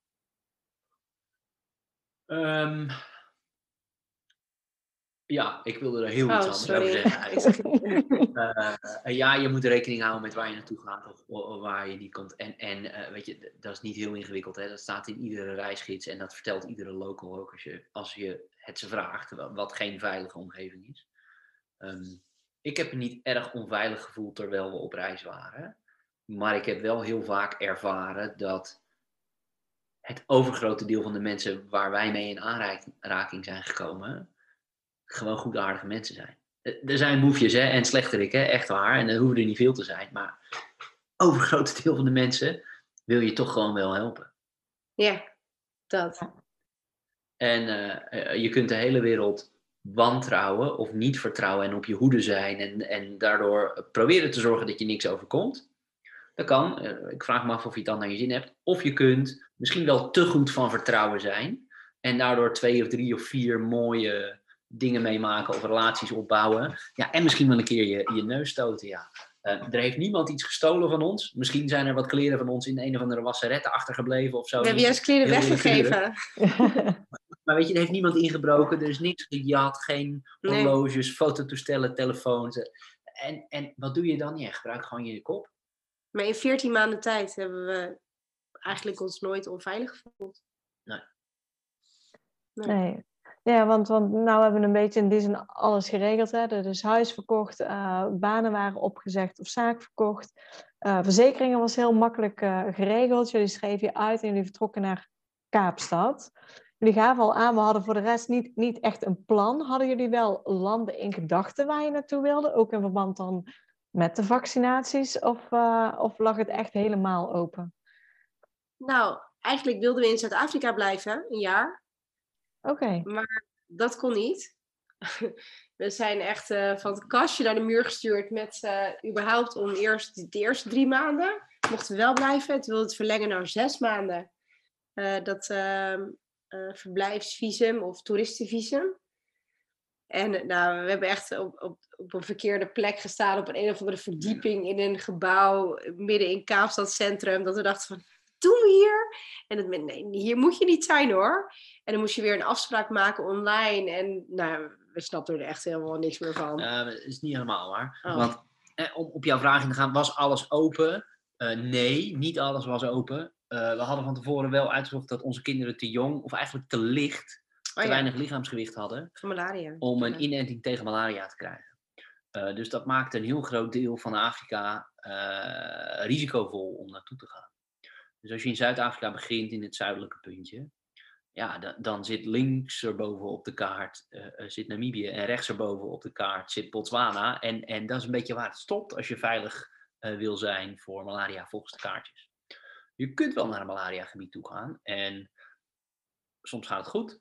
Ja, ik wilde er heel iets anders over zeggen eigenlijk. Ja, je moet rekening houden met waar je naartoe gaat of waar je niet komt. En weet je, dat is niet heel ingewikkeld. Hè? Dat staat in iedere reisgids en dat vertelt iedere local ook als je het ze vraagt, wat geen veilige omgeving is. Ik heb me niet erg onveilig gevoeld terwijl we op reis waren. Maar ik heb wel heel vaak ervaren dat het overgrote deel van de mensen waar wij mee in aanraking zijn gekomen, gewoon goedaardige mensen zijn. Er zijn boefjes en slechterikken, echt waar. En er hoeven er niet veel te zijn. Maar het overgrote deel van de mensen wil je toch gewoon wel helpen. Ja, dat. En je kunt de hele wereld wantrouwen of niet vertrouwen en op je hoede zijn. En daardoor proberen te zorgen dat je niks overkomt. Dat kan. Ik vraag me af of je het dan naar je zin hebt. Of je kunt misschien wel te goed van vertrouwen zijn. En daardoor 2 of 3 of 4 mooie dingen meemaken of relaties opbouwen. Ja, en misschien wel een keer je neus stoten. Ja. Er heeft niemand iets gestolen van ons. Misschien zijn er wat kleren van ons in een of andere wasserette achtergebleven of zo. We hebben juist kleren weggegeven. Maar weet je, er heeft niemand ingebroken. Er is niks gejat. Geen horloges, fototoestellen, telefoons. En wat doe je dan? Je gebruikt gewoon je kop. Maar in 14 maanden tijd hebben we eigenlijk ons nooit onveilig gevoeld. Nee. Ja, want nou hebben we een beetje in die zin alles geregeld. Hè? Er is huis verkocht, banen waren opgezegd of zaak verkocht. Verzekeringen was heel makkelijk geregeld. Jullie schreven je uit en jullie vertrokken naar Kaapstad. Jullie gaven al aan, we hadden voor de rest niet echt een plan. Hadden jullie wel landen in gedachten waar je naartoe wilde? Ook in verband dan met de vaccinaties? Of lag het echt helemaal open? Nou, eigenlijk wilden we in Zuid-Afrika blijven, een jaar. Oké. Maar dat kon niet. We zijn echt van het kastje naar de muur gestuurd met überhaupt om de eerste 3 maanden. Mochten we wel blijven. Toen wilden we het verlengen naar 6 maanden. Dat verblijfsvisum of toeristenvisum. En nou, we hebben echt op een verkeerde plek gestaan. Op een of andere verdieping in een gebouw midden in Kaapstad Centrum. Dat we dachten van, doen we hier? En nee, hier moet je niet zijn hoor. En dan moest je weer een afspraak maken online. En nou, we snapten er echt helemaal niks meer van. Dat is niet helemaal waar. Oh. Want om op jouw vraag in te gaan, was alles open? Nee, niet alles was open. We hadden van tevoren wel uitgezocht dat onze kinderen te jong, of eigenlijk te licht, te weinig lichaamsgewicht hadden. Van malaria. Om een inenting tegen malaria te krijgen. Dus dat maakte een heel groot deel van Afrika risicovol om naartoe te gaan. Dus als je in Zuid-Afrika begint, in het zuidelijke puntje, ja, dan zit links erboven op de kaart zit Namibië en rechts erboven op de kaart zit Botswana. En dat is een beetje waar het stopt als je veilig wil zijn voor malaria volgens de kaartjes. Je kunt wel naar een malariagebied toe gaan en soms gaat het goed.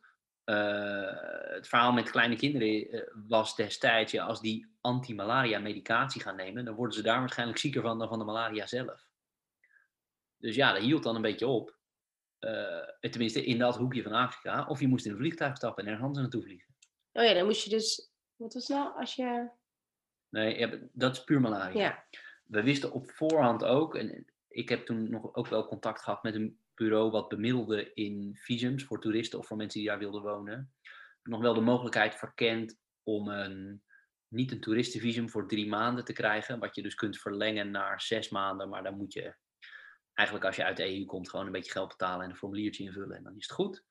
Het verhaal met kleine kinderen was destijds, ja, als die anti-malaria medicatie gaan nemen, dan worden ze daar waarschijnlijk zieker van dan van de malaria zelf. Dus ja, dat hield dan een beetje op. Tenminste, in dat hoekje van Afrika. Of je moest in een vliegtuig stappen en ergens naartoe vliegen. Oh ja, dan moest je dus... Wat was nou als je... Nee, dat is puur malaria. Ja. We wisten op voorhand ook, en ik heb toen nog ook wel contact gehad met een bureau wat bemiddelde in visums voor toeristen of voor mensen die daar wilden wonen. Nog wel de mogelijkheid verkend om niet een toeristenvisum voor 3 maanden te krijgen, wat je dus kunt verlengen naar 6 maanden, maar dan moet je eigenlijk als je uit de EU komt gewoon een beetje geld betalen en een formuliertje invullen en dan is het goed.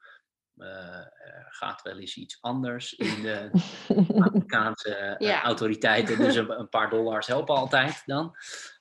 Er gaat wel eens iets anders in de Amerikaanse autoriteiten, dus een paar dollars helpen altijd dan.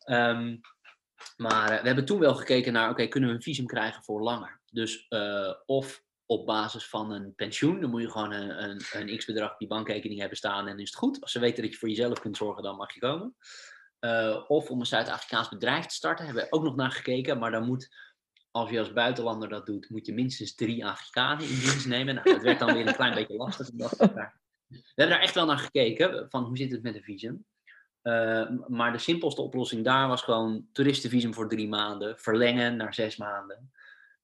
Maar we hebben toen wel gekeken naar, kunnen we een visum krijgen voor langer? Dus of op basis van een pensioen, dan moet je gewoon een x-bedrag op je bankrekening hebben staan en is het goed. Als ze weten dat je voor jezelf kunt zorgen, dan mag je komen. Of om een Zuid-Afrikaans bedrijf te starten, hebben we ook nog naar gekeken, maar dan moet als je als buitenlander dat doet, moet je minstens 3 Afrikanen in dienst nemen. Nou, dat werd dan weer een klein beetje lastig. We hebben daar echt wel naar gekeken, van hoe zit het met een visum. Maar de simpelste oplossing daar was gewoon toeristenvisum voor 3 maanden, verlengen naar 6 maanden.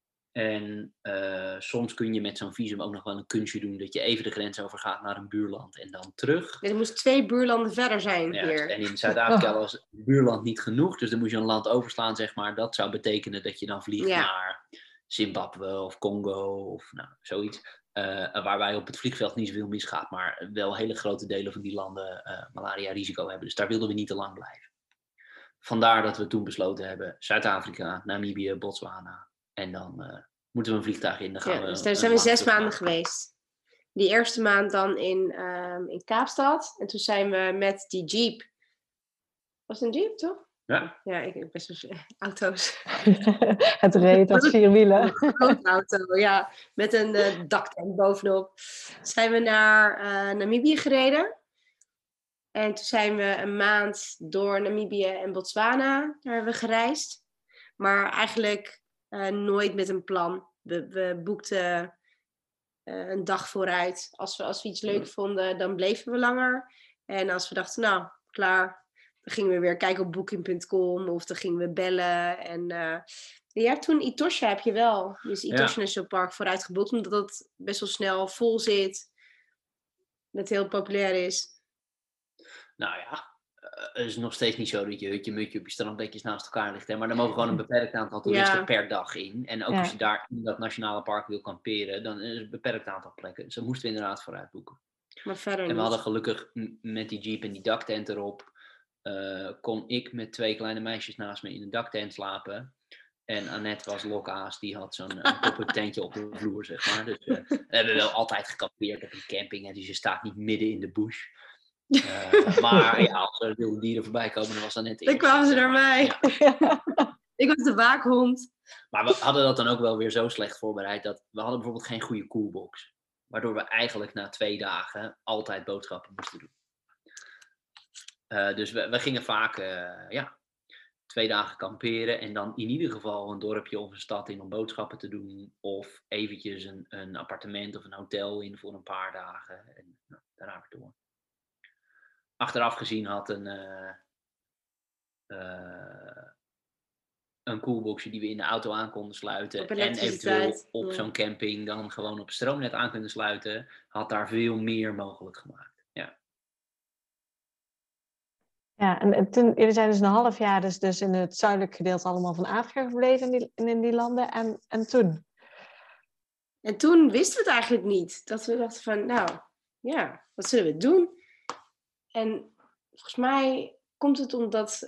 En soms kun je met zo'n visum ook nog wel een kunstje doen, dat je even de grens overgaat naar een buurland en dan terug. Er moest 2 buurlanden verder zijn hier. En in Zuid-Afrika was het buurland niet genoeg, dus dan moest je een land overslaan, zeg maar. Dat zou betekenen dat je dan vliegt naar Zimbabwe of Congo of zoiets. Waarbij op het vliegveld niet zoveel misgaat, maar wel hele grote delen van die landen malaria-risico hebben. Dus daar wilden we niet te lang blijven. Vandaar dat we toen besloten hebben, Zuid-Afrika, Namibië, Botswana. En dan moeten we een vliegtuig in. Dan gaan we dus daar zijn we 6 maanden geweest. Die eerste maand dan in Kaapstad. En toen zijn we met die jeep. Was het een jeep, toch? Ja. Ja, ik best wel auto's. Het reed als 4 wielen. Een grote auto, ja. Met een daktent bovenop. Zijn we naar Namibië gereden. En toen zijn we een maand door Namibië en Botswana. Daar hebben we gereisd. Maar eigenlijk nooit met een plan. We boekten een dag vooruit. Als we iets leuk vonden, dan bleven we langer. En als we dachten, nou, klaar. Dan gingen we weer kijken op booking.com. Of dan gingen we bellen. En toen Etosha heb je wel. Dus Etosha National Park vooruit geboekt. Omdat het best wel snel vol zit. Dat het heel populair is. Nou ja, het is nog steeds niet zo dat je hutje-mutje op je strandbedjes naast elkaar ligt. Hè? Maar er mogen gewoon een beperkt aantal toeristen per dag in. En ook als je daar in dat nationale park wil kamperen, dan is het een beperkt aantal plekken. Dus dat moesten we inderdaad vooruit boeken. Maar verder en we hadden gelukkig met die jeep en die daktent erop, kon ik met 2 kleine meisjes naast me in een daktent slapen. En Annette was lokaas, die had zo'n pop-up tentje op de vloer, zeg maar. Dus we hebben wel altijd gekampeerd op een camping. Hè? Dus je staat niet midden in de bush. Maar ja, als er wilde dieren voorbij komen, dan was dat net... Dan kwamen ze naar mij. Ja. Ik was de waakhond. Maar we hadden dat dan ook wel weer zo slecht voorbereid, dat we hadden bijvoorbeeld geen goede coolbox. Waardoor we eigenlijk na 2 dagen altijd boodschappen moesten doen. Dus we gingen vaak 2 dagen kamperen en dan in ieder geval een dorpje of een stad in om boodschappen te doen. Of eventjes een appartement of een hotel in voor een paar dagen. En daarna weer door. Achteraf gezien had een coolboxje die we in de auto aan konden sluiten. En eventueel op zo'n camping dan gewoon op stroomnet aan kunnen sluiten. Had daar veel meer mogelijk gemaakt. Ja. Ja, en toen, jullie zijn dus een half jaar dus in het zuidelijk gedeelte allemaal van Afrika gebleven in die landen. En toen? En toen wisten we het eigenlijk niet. Dat we dachten van, nou, ja, wat zullen we doen? En volgens mij komt het omdat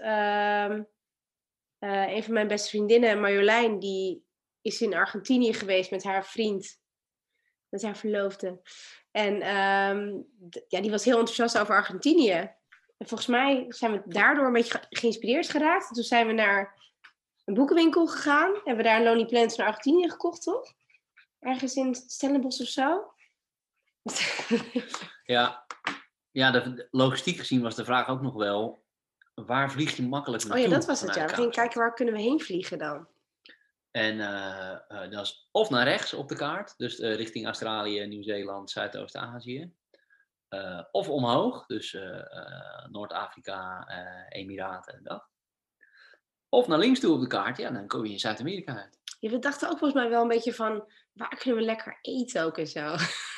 een van mijn beste vriendinnen, Marjolein, die is in Argentinië geweest met haar vriend. Met haar verloofde. En die was heel enthousiast over Argentinië. En volgens mij zijn we daardoor een beetje geïnspireerd geraakt. En toen zijn we naar een boekenwinkel gegaan. Hebben we daar Lonely Planet van Argentinië gekocht, toch? Ergens in Stellenbosch of zo. Ja, de logistiek gezien was de vraag ook nog wel, waar vlieg je makkelijk naartoe? Oh ja, dat was het, ja. We gingen kijken, waar kunnen we heen vliegen dan? En dat is of naar rechts op de kaart, dus richting Australië, Nieuw-Zeeland, Zuidoost-Azië. Of omhoog, dus Noord-Afrika, Emiraten en dat. Of naar links toe op de kaart, ja, dan kom je in Zuid-Amerika uit. Ja, we dachten ook volgens mij wel een beetje van, waar kunnen we lekker eten ook en zo.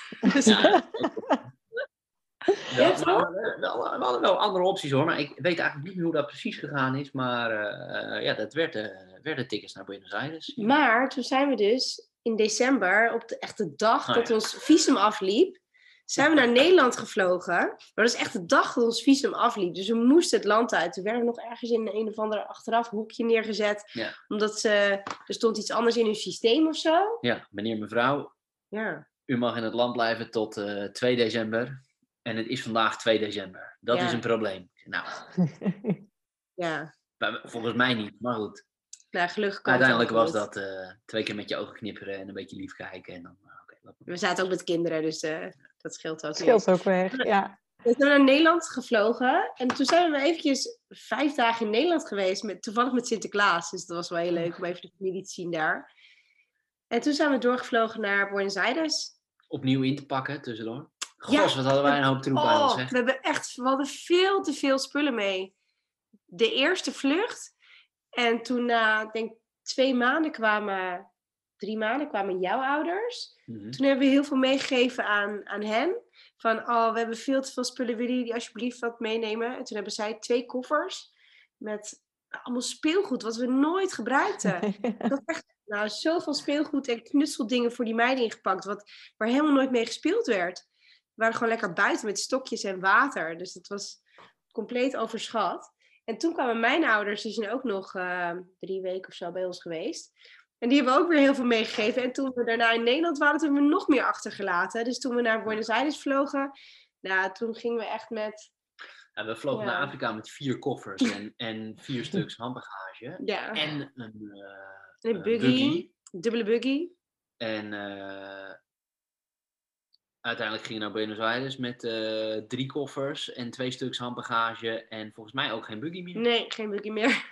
We hadden wel andere opties hoor, maar ik weet eigenlijk niet meer hoe dat precies gegaan is. Maar dat werden tickets naar Buenos Aires. Maar toen zijn we dus in december, op de echte dag dat ons visum afliep, zijn we naar Nederland gevlogen. Maar dat is echt de dag dat ons visum afliep. Dus we moesten het land uit. Toen werden we nog ergens in een of ander achteraf hoekje neergezet. Ja. Omdat er stond iets anders in hun systeem of zo. Ja, meneer, mevrouw. Ja. U mag in het land blijven tot 2 december. En het is vandaag 2 december. Dat is een probleem. Nou, ja. Volgens mij niet, maar goed. Nou, gelukkig uiteindelijk was dat 2 keer met je ogen knipperen en een beetje lief kijken. En dan, we zaten ook met kinderen, dus dat scheelt ook. Scheelt ook weer, ja. We zijn naar Nederland gevlogen. En toen zijn we eventjes 5 dagen in Nederland geweest. Toevallig met Sinterklaas. Dus dat was wel heel leuk om even de familie te zien daar. En toen zijn we doorgevlogen naar Buenos Aires. Opnieuw in te pakken tussendoor. Ja. Gos, wat hadden wij een hoop troep bij ons, zeg. We hadden veel te veel spullen mee. De eerste vlucht. En toen na, denk 3 maanden kwamen jouw ouders. Mhm. Toen hebben we heel veel meegegeven aan hen. Van, we hebben veel te veel spullen. Willen jullie alsjeblieft wat meenemen? En toen hebben zij 2 koffers met allemaal speelgoed wat we nooit gebruikten. Ik had echt zoveel speelgoed en knutseldingen voor die meiden ingepakt. Waar helemaal nooit mee gespeeld werd. We waren gewoon lekker buiten met stokjes en water. Dus het was compleet overschat. En toen kwamen mijn ouders, die zijn ook nog 3 weken of zo bij ons geweest. En die hebben ook weer heel veel meegegeven. En toen we daarna in Nederland waren, toen hebben we nog meer achtergelaten. Dus toen we naar Buenos Aires vlogen, toen gingen we echt met... Ja, we vlogen naar Afrika met 4 koffers en 4 stuks handbagage. Ja. En een buggy. Dubbele buggy. En uiteindelijk gingen we naar Buenos Aires met 3 koffers en 2 stuks handbagage. En volgens mij ook geen buggy meer. Nee, geen buggy meer.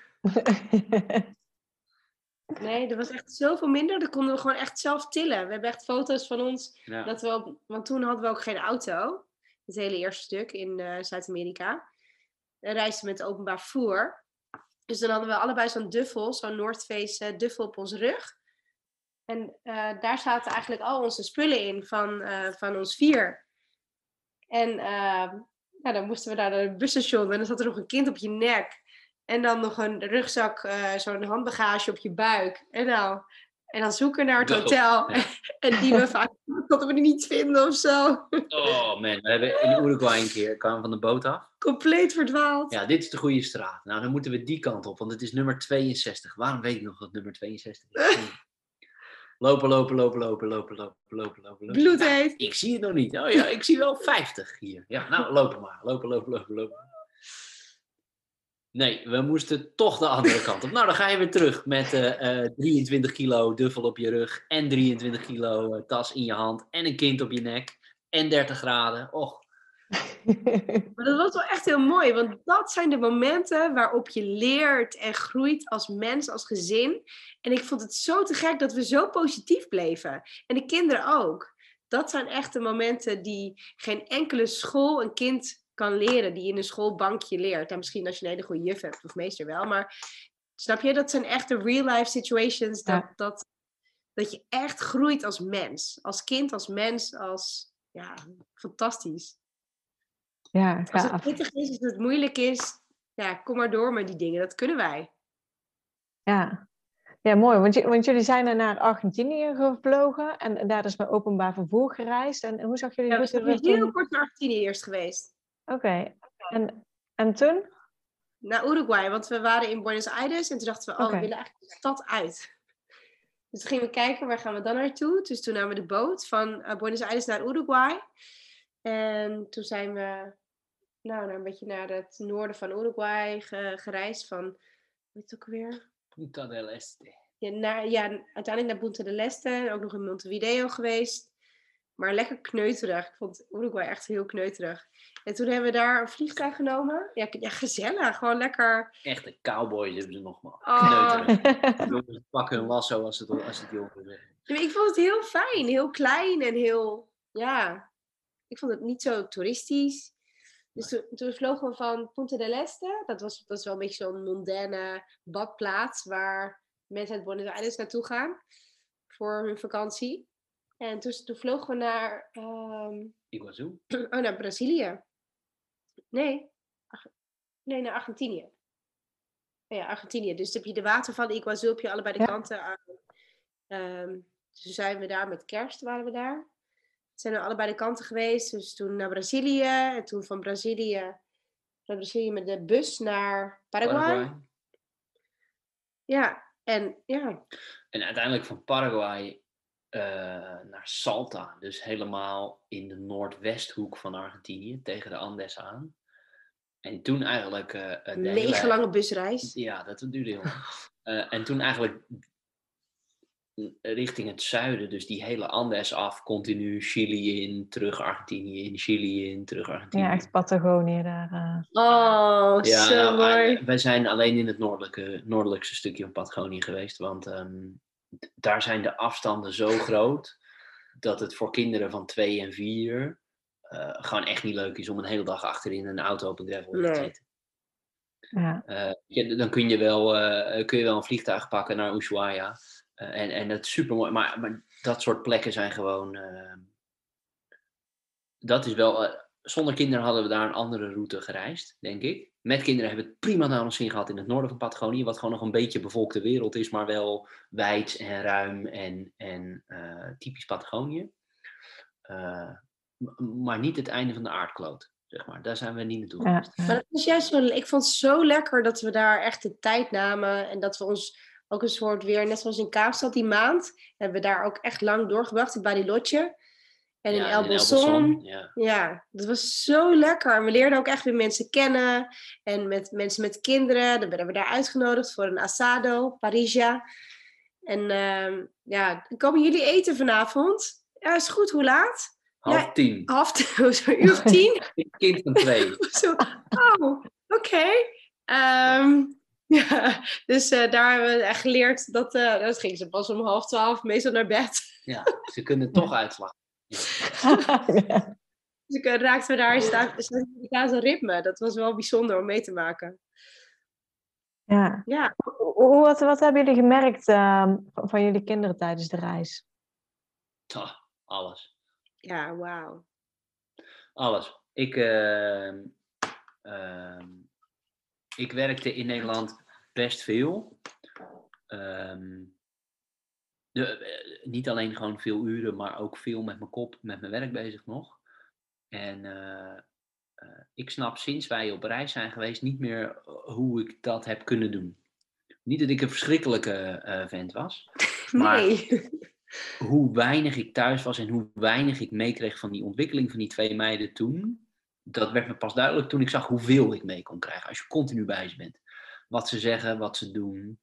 Nee, er was echt zoveel minder. Dat konden we gewoon echt zelf tillen. We hebben echt foto's van ons. Ja. Want toen hadden we ook geen auto. Het hele eerste stuk in Zuid-Amerika. We reisden met openbaar vervoer. Dus dan hadden we allebei zo'n duffel. Zo'n North Face duffel op onze rug. En daar zaten eigenlijk al onze spullen in van ons 4. En dan moesten we naar het busstation. En dan zat er nog een kind op je nek. En dan nog een rugzak, zo'n handbagage op je buik. En dan zoeken naar het hotel. Ja. En die we vaak konden we niet vinden of zo. Oh man, we hebben in Uruguay een keer, kwamen van de boot af. Compleet verdwaald. Ja, dit is de goede straat. Nou, dan moeten we die kant op, want het is nummer 62. Waarom weet ik nog dat nummer 62 is? Lopen. Bloedheet. Ik zie het nog niet. Oh ja, ik zie wel 50 hier. Ja, nou, lopen maar. Lopen. Nee, we moesten toch de andere kant op. Nou, dan ga je weer terug met 23 kilo duffel op je rug en 23 kilo tas in je hand en een kind op je nek en 30 graden. Och. Maar dat was wel echt heel mooi, want dat zijn de momenten waarop je leert en groeit als mens, als gezin. En ik vond het zo te gek dat we zo positief bleven. En de kinderen ook. Dat zijn echt de momenten die geen enkele school een kind kan leren, die in een schoolbankje leert. En misschien als je een hele goede juf hebt, of meester wel, maar snap je, dat zijn echt de real life situations, dat je echt groeit als mens. Als kind, als mens, fantastisch. Ja, als het pittig is, als het moeilijk is, kom maar door met die dingen. Dat kunnen wij. Ja, mooi. Want jullie zijn er naar Argentinië gevlogen en daar is met openbaar vervoer gereisd. En hoe zag jullie route? We zijn heel kort naar Argentinië eerst geweest. Oké. En toen? Naar Uruguay, want we waren in Buenos Aires en toen dachten we, we willen eigenlijk de stad uit. Dus toen gingen we kijken, waar gaan we dan naartoe? Dus toen namen we de boot van Buenos Aires naar Uruguay. En toen zijn we een beetje naar het noorden van Uruguay gereisd. Van, hoe heet het ook weer? Punta del Este. Uiteindelijk naar Punta del Este. En ook nog in Montevideo geweest. Maar lekker kneuterig. Ik vond Uruguay echt heel kneuterig. En toen hebben we daar een vliegtuig genomen. Ja, gezellig. Gewoon lekker. Echte cowboys hebben ze nogmaals. Kneuterig. Jongens pakken hun lasso als het jongen zeggen. Ik vond het heel fijn. Heel klein en heel... Ja, ik vond het niet zo toeristisch. Dus toen vlogen we van Punta del Este. Dat is wel een beetje zo'n mondaine badplaats waar mensen uit Buenos Aires naartoe gaan voor hun vakantie. En toen vlogen we naar... Iguazu? Naar Brazilië. Nee, naar Argentinië. Ja, Argentinië. Dus dan heb je de watervallen Iguazu op je allebei de kanten aan. Dus toen zijn we daar met kerst, waren we daar. Zijn we allebei de kanten geweest. Dus toen naar Brazilië. En toen van Brazilië met de bus naar Paraguay. Ja, en ja. En uiteindelijk van Paraguay naar Salta. Dus helemaal in de noordwesthoek van Argentinië. Tegen de Andes aan. En toen eigenlijk... een mega lange busreis. Ja, dat duurde heel lang. En toen eigenlijk richting het zuiden. Dus die hele Andes af, continu Chili in, terug Argentinië in, Chili in, terug Argentinië. Ja, echt Patagonië daar. Oh, Ja, zo nou, mooi. wij zijn alleen in het noordelijkste stukje van Patagonië geweest. Want daar zijn de afstanden zo groot dat het voor kinderen van 2 en 4 gewoon echt niet leuk is om een hele dag achterin een auto op een gravelweg te Nee. zitten. Ja. Dan kun je wel een vliegtuig pakken naar Ushuaia. En dat is super mooi. Maar dat soort plekken zijn gewoon... dat is wel... zonder kinderen hadden we daar een andere route gereisd, denk ik. Met kinderen hebben we het prima naar ons zin gehad in het noorden van Patagonië. Wat gewoon nog een beetje bevolkte wereld is. Maar wel wijd en ruim en typisch Patagonië. Maar niet het einde van de aardkloot, zeg maar. Daar zijn we niet naartoe geweest. Maar dat was juist wel... Ik vond het zo lekker dat we daar echt de tijd namen. En dat we ons ook een soort weer... Net zoals in Kaapstad die maand... Hebben we daar ook echt lang doorgebracht. In Bariloche. En in El Bolson. Ja, dat was zo lekker. En we leerden ook echt weer mensen kennen. En met mensen met kinderen. Dan werden we daar uitgenodigd voor een asado. Parrilla. En komen jullie eten vanavond? Ja, is goed. Hoe laat? 9:30. Zo'n uur of 10? Kind van 2. Oké. Ja, dus daar hebben we echt geleerd dat gingen ze pas om 11:30 meestal naar bed. Ja, ze kunnen toch uitslapen. Ja. Dus raakten we daar een ritme. Dat was wel bijzonder om mee te maken. Ja. Ja. Wat hebben jullie gemerkt van jullie kinderen tijdens de reis? Alles. Ja, wauw. Alles. Ik werkte in Nederland best veel. Niet alleen gewoon veel uren, maar ook veel met mijn kop, met mijn werk bezig nog. En ik snap sinds wij op reis zijn geweest niet meer hoe ik dat heb kunnen doen. Niet dat ik een verschrikkelijke vent was. Maar Nee. hoe weinig ik thuis was en hoe weinig ik meekreeg van die ontwikkeling van die 2 meiden toen. Dat werd me pas duidelijk toen ik zag hoeveel ik mee kon krijgen. Als je continu bij ze bent. Wat ze zeggen, wat ze doen.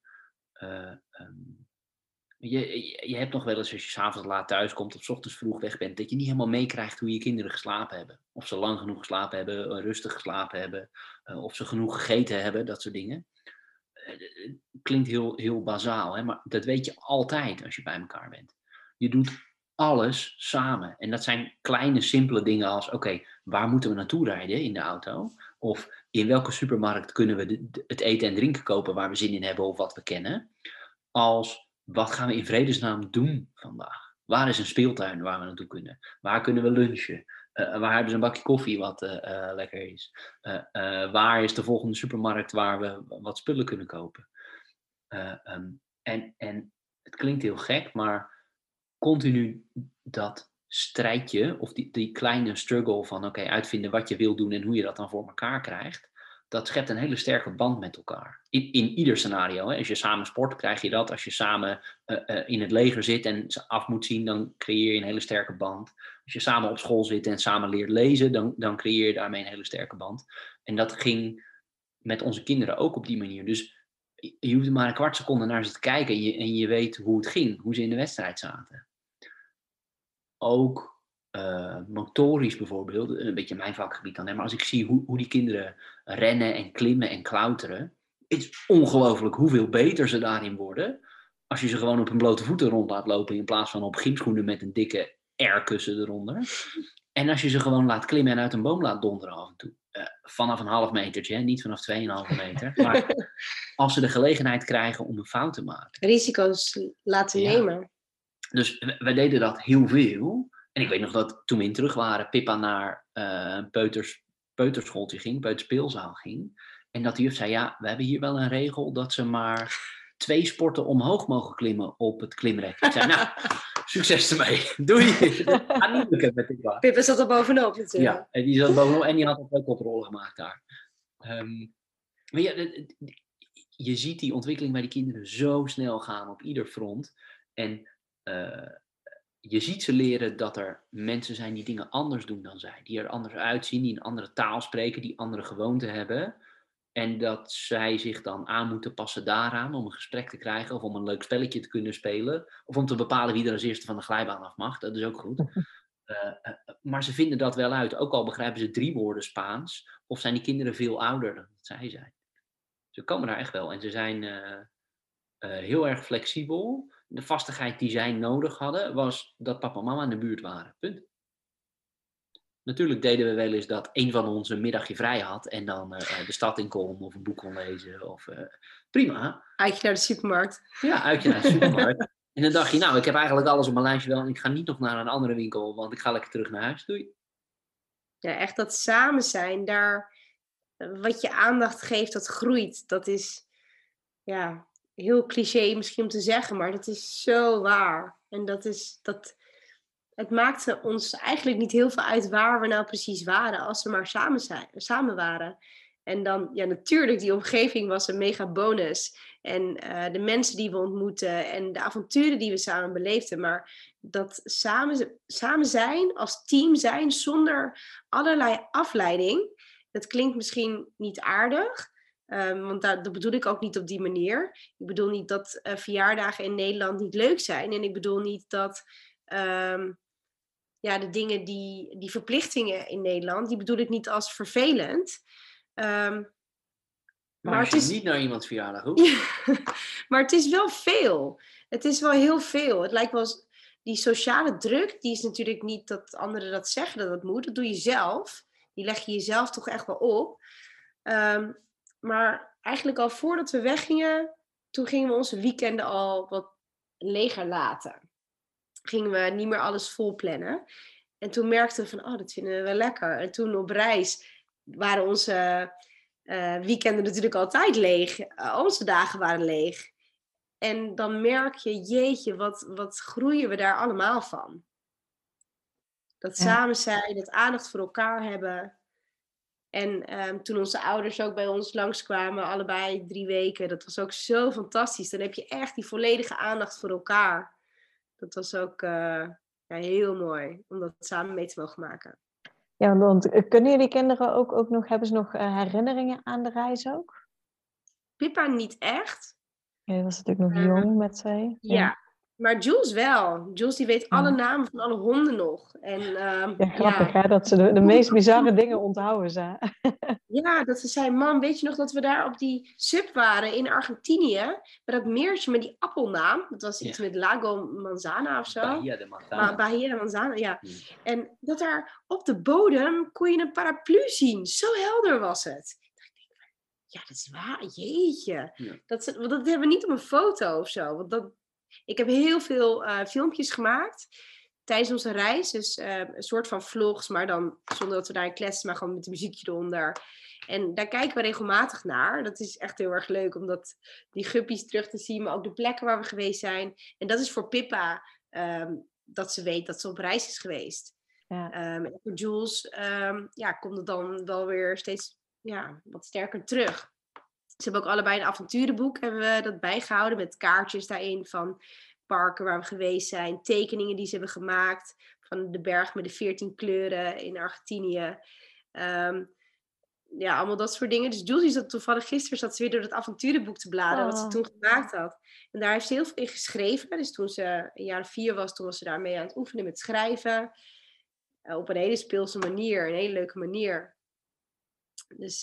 Je hebt nog wel eens als je 's avonds laat thuis komt of 's ochtends vroeg weg bent, dat je niet helemaal meekrijgt hoe je kinderen geslapen hebben. Of ze lang genoeg geslapen hebben, rustig geslapen hebben, of ze genoeg gegeten hebben, dat soort dingen. Klinkt heel, heel bazaal, hè? Maar dat weet je altijd als je bij elkaar bent. Je doet alles samen. En dat zijn kleine, simpele dingen als, oké, waar moeten we naartoe rijden in de auto? Of in welke supermarkt kunnen we het eten en drinken kopen waar we zin in hebben of wat we kennen? Als, wat gaan we in vredesnaam doen vandaag? Waar is een speeltuin waar we naartoe kunnen? Waar kunnen we lunchen? Waar hebben ze een bakje koffie wat lekker is? Waar is de volgende supermarkt waar we wat spullen kunnen kopen? En het klinkt heel gek, maar continu dat strijdje, of die kleine struggle van uitvinden wat je wil doen en hoe je dat dan voor elkaar krijgt, dat schept een hele sterke band met elkaar. In ieder scenario. Hè. Als je samen sport, krijg je dat. Als je samen in het leger zit en af moet zien, dan creëer je een hele sterke band. Als je samen op school zit en samen leert lezen, dan creëer je daarmee een hele sterke band. En dat ging met onze kinderen ook op die manier. Dus je hoeft maar een kwart seconde naar ze te kijken en je weet hoe het ging, hoe ze in de wedstrijd zaten. Ook motorisch bijvoorbeeld, een beetje mijn vakgebied dan, hè, maar als ik zie hoe die kinderen rennen en klimmen en klauteren, het is ongelooflijk hoeveel beter ze daarin worden als je ze gewoon op hun blote voeten rond laat lopen in plaats van op gymschoenen met een dikke airkussen eronder. En als je ze gewoon laat klimmen en uit een boom laat donderen af en toe. Vanaf een half metertje, niet vanaf 2,5 meter. Maar als ze de gelegenheid krijgen om een fout te maken. Risico's laten nemen. Dus wij deden dat heel veel. En ik weet nog dat toen we in terug waren, Pippa naar een peuterschooltje ging, peuterspeelzaal ging. En dat de juf zei, ja, we hebben hier wel een regel dat ze maar 2 sporten omhoog mogen klimmen op het klimrek. Ik zei, nou, succes ermee. Doei. Ga niet lukken met Pippa. Pippa zat er bovenop natuurlijk. Ja, en die zat bovenop en die had ook 2 koprollen gemaakt daar. Maar ja, je ziet die ontwikkeling bij die kinderen zo snel gaan op ieder front. En je ziet ze leren dat er mensen zijn die dingen anders doen dan zij. Die er anders uitzien, die een andere taal spreken, die andere gewoonten hebben. En dat zij zich dan aan moeten passen daaraan om een gesprek te krijgen of om een leuk spelletje te kunnen spelen. Of om te bepalen wie er als eerste van de glijbaan af mag. Dat is ook goed. Maar ze vinden dat wel uit. Ook al begrijpen ze 3 woorden Spaans. Of zijn die kinderen veel ouder dan zij zijn. Ze komen daar echt wel. En ze zijn heel erg flexibel. De vastigheid die zij nodig hadden was dat papa en mama in de buurt waren. Punt. Natuurlijk deden we wel eens dat een van ons een middagje vrij had en dan de stad in kon of een boek kon lezen. Of, prima. Uitje naar de supermarkt. Ja, uitje naar de supermarkt. En dan dacht je, nou, ik heb eigenlijk alles op mijn lijstje wel en ik ga niet nog naar een andere winkel, want ik ga lekker terug naar huis. Doei. Ja, echt dat samen zijn, daar wat je aandacht geeft, dat groeit. Dat is ja, heel cliché misschien om te zeggen, maar dat is zo waar. En het maakte ons eigenlijk niet heel veel uit waar we nou precies waren, als we maar samen waren. En dan, ja, natuurlijk, die omgeving was een mega bonus. En de mensen die we ontmoetten en de avonturen die we samen beleefden. Maar dat samen zijn, als team zijn, zonder allerlei afleiding. Dat klinkt misschien niet aardig. Want dat bedoel ik ook niet op die manier. Ik bedoel niet dat verjaardagen in Nederland niet leuk zijn. En ik bedoel niet dat de dingen die verplichtingen in Nederland, die bedoel ik niet als vervelend. Maar als je niet naar iemands verjaardag hoeft. Maar het is wel veel. Het is wel heel veel. Het lijkt wel als die sociale druk, die is natuurlijk niet dat anderen dat zeggen dat het moet. Dat doe je zelf. Die leg je jezelf toch echt wel op. Maar eigenlijk al voordat we weggingen, toen gingen we onze weekenden al wat leger laten. Gingen we niet meer alles vol plannen. En toen merkten we van, dat vinden we wel lekker. En toen op reis waren onze weekenden natuurlijk altijd leeg. Onze dagen waren leeg. En dan merk je, jeetje, wat groeien we daar allemaal van. Dat samen zijn, dat aandacht voor elkaar hebben. En toen onze ouders ook bij ons langskwamen, allebei 3 weken, dat was ook zo fantastisch. Dan heb je echt die volledige aandacht voor elkaar. Dat was ook heel mooi om dat samen mee te mogen maken. Ja, want kunnen jullie kinderen ook nog, hebben ze nog herinneringen aan de reis ook? Pippa niet echt. Ja, was natuurlijk nog jong met 2. Ja, maar Jules wel. Jules die weet alle namen van alle honden nog. En, grappig hè, dat ze de meest bizarre dingen onthouden ze. Ja, dat ze zei, mam, weet je nog dat we daar op die sub waren in Argentinië? Bij dat meertje met die appelnaam. Dat was iets met Lago Manzana of zo. Bahia de Manzana. Bahia de Manzana, ja. En dat daar op de bodem kon je een paraplu zien. Zo helder was het. Ja, dat is waar. Jeetje. Ja. Dat hebben we niet op een foto of zo. Want ik heb heel veel filmpjes gemaakt tijdens onze reis. Dus een soort van vlogs, maar dan zonder dat we daarin kletsen, maar gewoon met een muziekje eronder. En daar kijken we regelmatig naar. Dat is echt heel erg leuk, om die guppies terug te zien, maar ook de plekken waar we geweest zijn. En dat is voor Pippa dat ze weet dat ze op reis is geweest. Ja. En voor Jules komt het dan wel weer steeds wat sterker terug. Ze hebben ook allebei een avonturenboek, hebben we dat bijgehouden, met kaartjes daarin van parken waar we geweest zijn, tekeningen die ze hebben gemaakt van de berg met de 14 kleuren in Argentinië. Allemaal dat soort dingen. Dus Jules zat toevallig gisteren zat ze weer door het avonturenboek te bladeren, wat ze toen gemaakt had. En daar heeft ze heel veel in geschreven. Dus toen ze een jaar of 4 was, toen was ze daarmee aan het oefenen met schrijven. Op een hele speelse manier, een hele leuke manier. Dus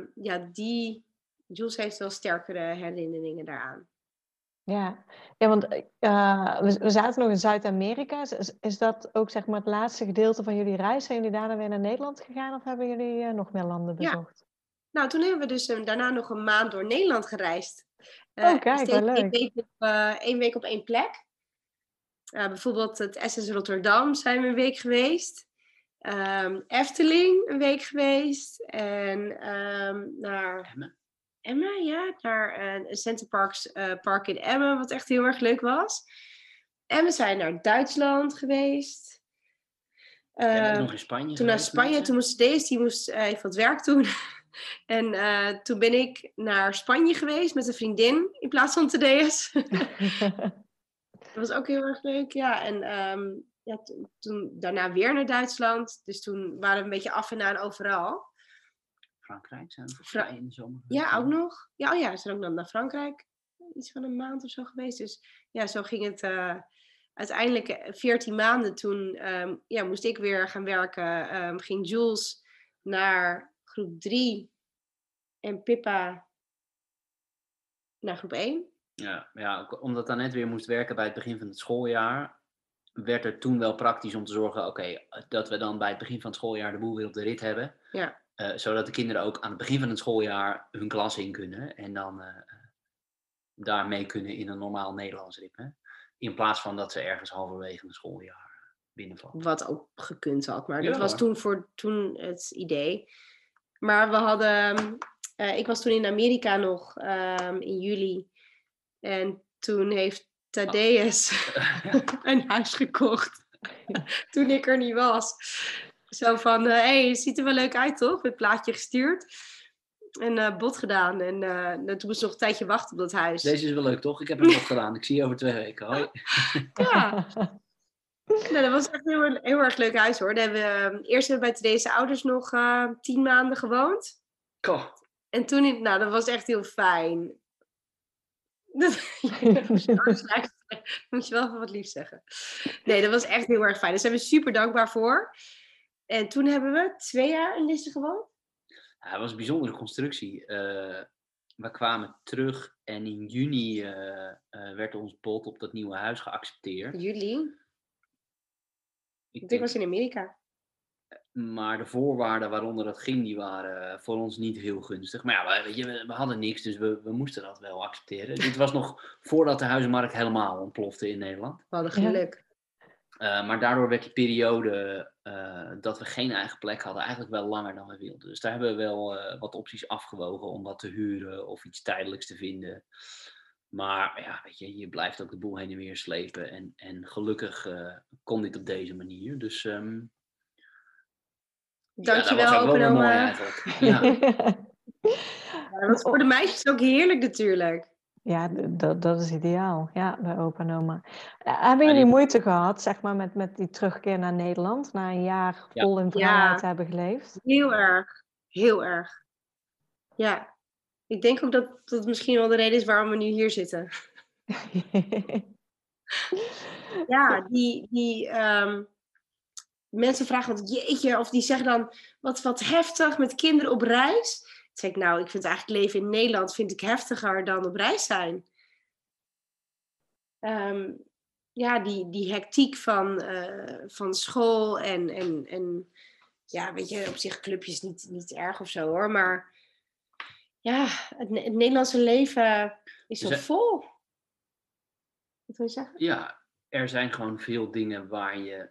Jules heeft wel sterkere herinneringen daaraan. Ja, want we zaten nog in Zuid-Amerika. Is dat ook zeg maar het laatste gedeelte van jullie reis? Zijn jullie daarna weer naar Nederland gegaan of hebben jullie nog meer landen bezocht? Ja. Nou, toen hebben we dus daarna nog een maand door Nederland gereisd. Kijk, wel leuk. 1 week op 1 plek. Bijvoorbeeld het SS Rotterdam zijn we een week geweest. Efteling een week geweest. En naar Emmen, ja. Naar Center Park in Emmen, wat echt heel erg leuk was. En we zijn naar Duitsland geweest. Nog in Spanje. Toen naar Spanje, toen moest die moest even wat werk doen. En toen ben ik naar Spanje geweest met een vriendin in plaats van Thaddeus. Dat was ook heel erg leuk, ja. En toen daarna weer naar Duitsland. Dus toen waren we een beetje af en aan overal. Frankrijk zijn we vrij in de zomer. Ja, ook nog. Ja, we zijn ook dan naar Frankrijk. Iets van een maand of zo geweest. Dus ja, zo ging het uiteindelijk 14 maanden. Toen moest ik weer gaan werken. Ging Jules naar groep 3 en Pippa naar groep 1. Ja, omdat Annette weer moest werken bij het begin van het schooljaar, werd er toen wel praktisch om te zorgen, dat we dan bij het begin van het schooljaar de boel weer op de rit hebben. Ja. Zodat de kinderen ook aan het begin van het schooljaar hun klas in kunnen en dan daar mee kunnen in een normaal Nederlands ritme. In plaats van dat ze ergens halverwege het schooljaar binnenvallen. Wat ook gekund had, maar dat Ja, was toen het idee. Maar we hadden... ik was toen in Amerika nog in juli. En toen heeft Thaddeus een huis gekocht. Toen ik er niet was. Zo van, het ziet er wel leuk uit toch? Met plaatje gestuurd. En bod gedaan. En toen moest nog een tijdje wachten op dat huis. Deze is wel leuk toch? Ik heb hem nog gedaan. Ik zie je over 2 weken. Hoi. Ja. Nou, dat was echt een heel erg leuk huis hoor. Daar hebben we eerst bij deze ouders nog 10 maanden gewoond. Goh. En toen, dat was echt heel fijn. Moet je wel even wat lief zeggen. Nee, dat was echt heel erg fijn. Daar zijn we super dankbaar voor. En toen hebben we 2 jaar in Lisse gewoond. Ja, het was een bijzondere constructie. We kwamen terug en in juni werd ons bod op dat nieuwe huis geaccepteerd. Juli? Ik was in Amerika. Maar de voorwaarden waaronder dat ging, die waren voor ons niet heel gunstig. Maar ja, weet je, we hadden niks, dus we moesten dat wel accepteren. Dit was nog voordat de huizenmarkt helemaal ontplofte in Nederland. We hadden geluk. Maar daardoor werd die periode dat we geen eigen plek hadden eigenlijk wel langer dan we wilden. Dus daar hebben we wel wat opties afgewogen om wat te huren of iets tijdelijks te vinden. Maar ja, weet je blijft ook de boel heen en weer slepen. En gelukkig kon dit op deze manier. Dus dankjewel, dat was ook wel opa en mooi oma. eigenlijk. Ja. Dat was voor de meisjes ook heerlijk natuurlijk. Ja, dat is ideaal. Ja, bij opa en oma. Hebben jullie moeite gehad, zeg maar, met die terugkeer naar Nederland? Na een jaar vol in vrijheid te hebben geleefd? Heel erg. Heel erg. Ja. Ik denk ook dat dat misschien wel de reden is waarom we nu hier zitten. Ja, die mensen vragen wat jeetje, of die zeggen dan wat heftig met kinderen op reis. Dan zeg ik, ik vind eigenlijk leven in Nederland vind ik heftiger dan op reis zijn. Die hectiek van school en ja, weet je, op zich clubjes niet erg of zo hoor, maar ja, het Nederlandse leven is zo vol. Wat wil je zeggen? Ja, er zijn gewoon veel dingen waar je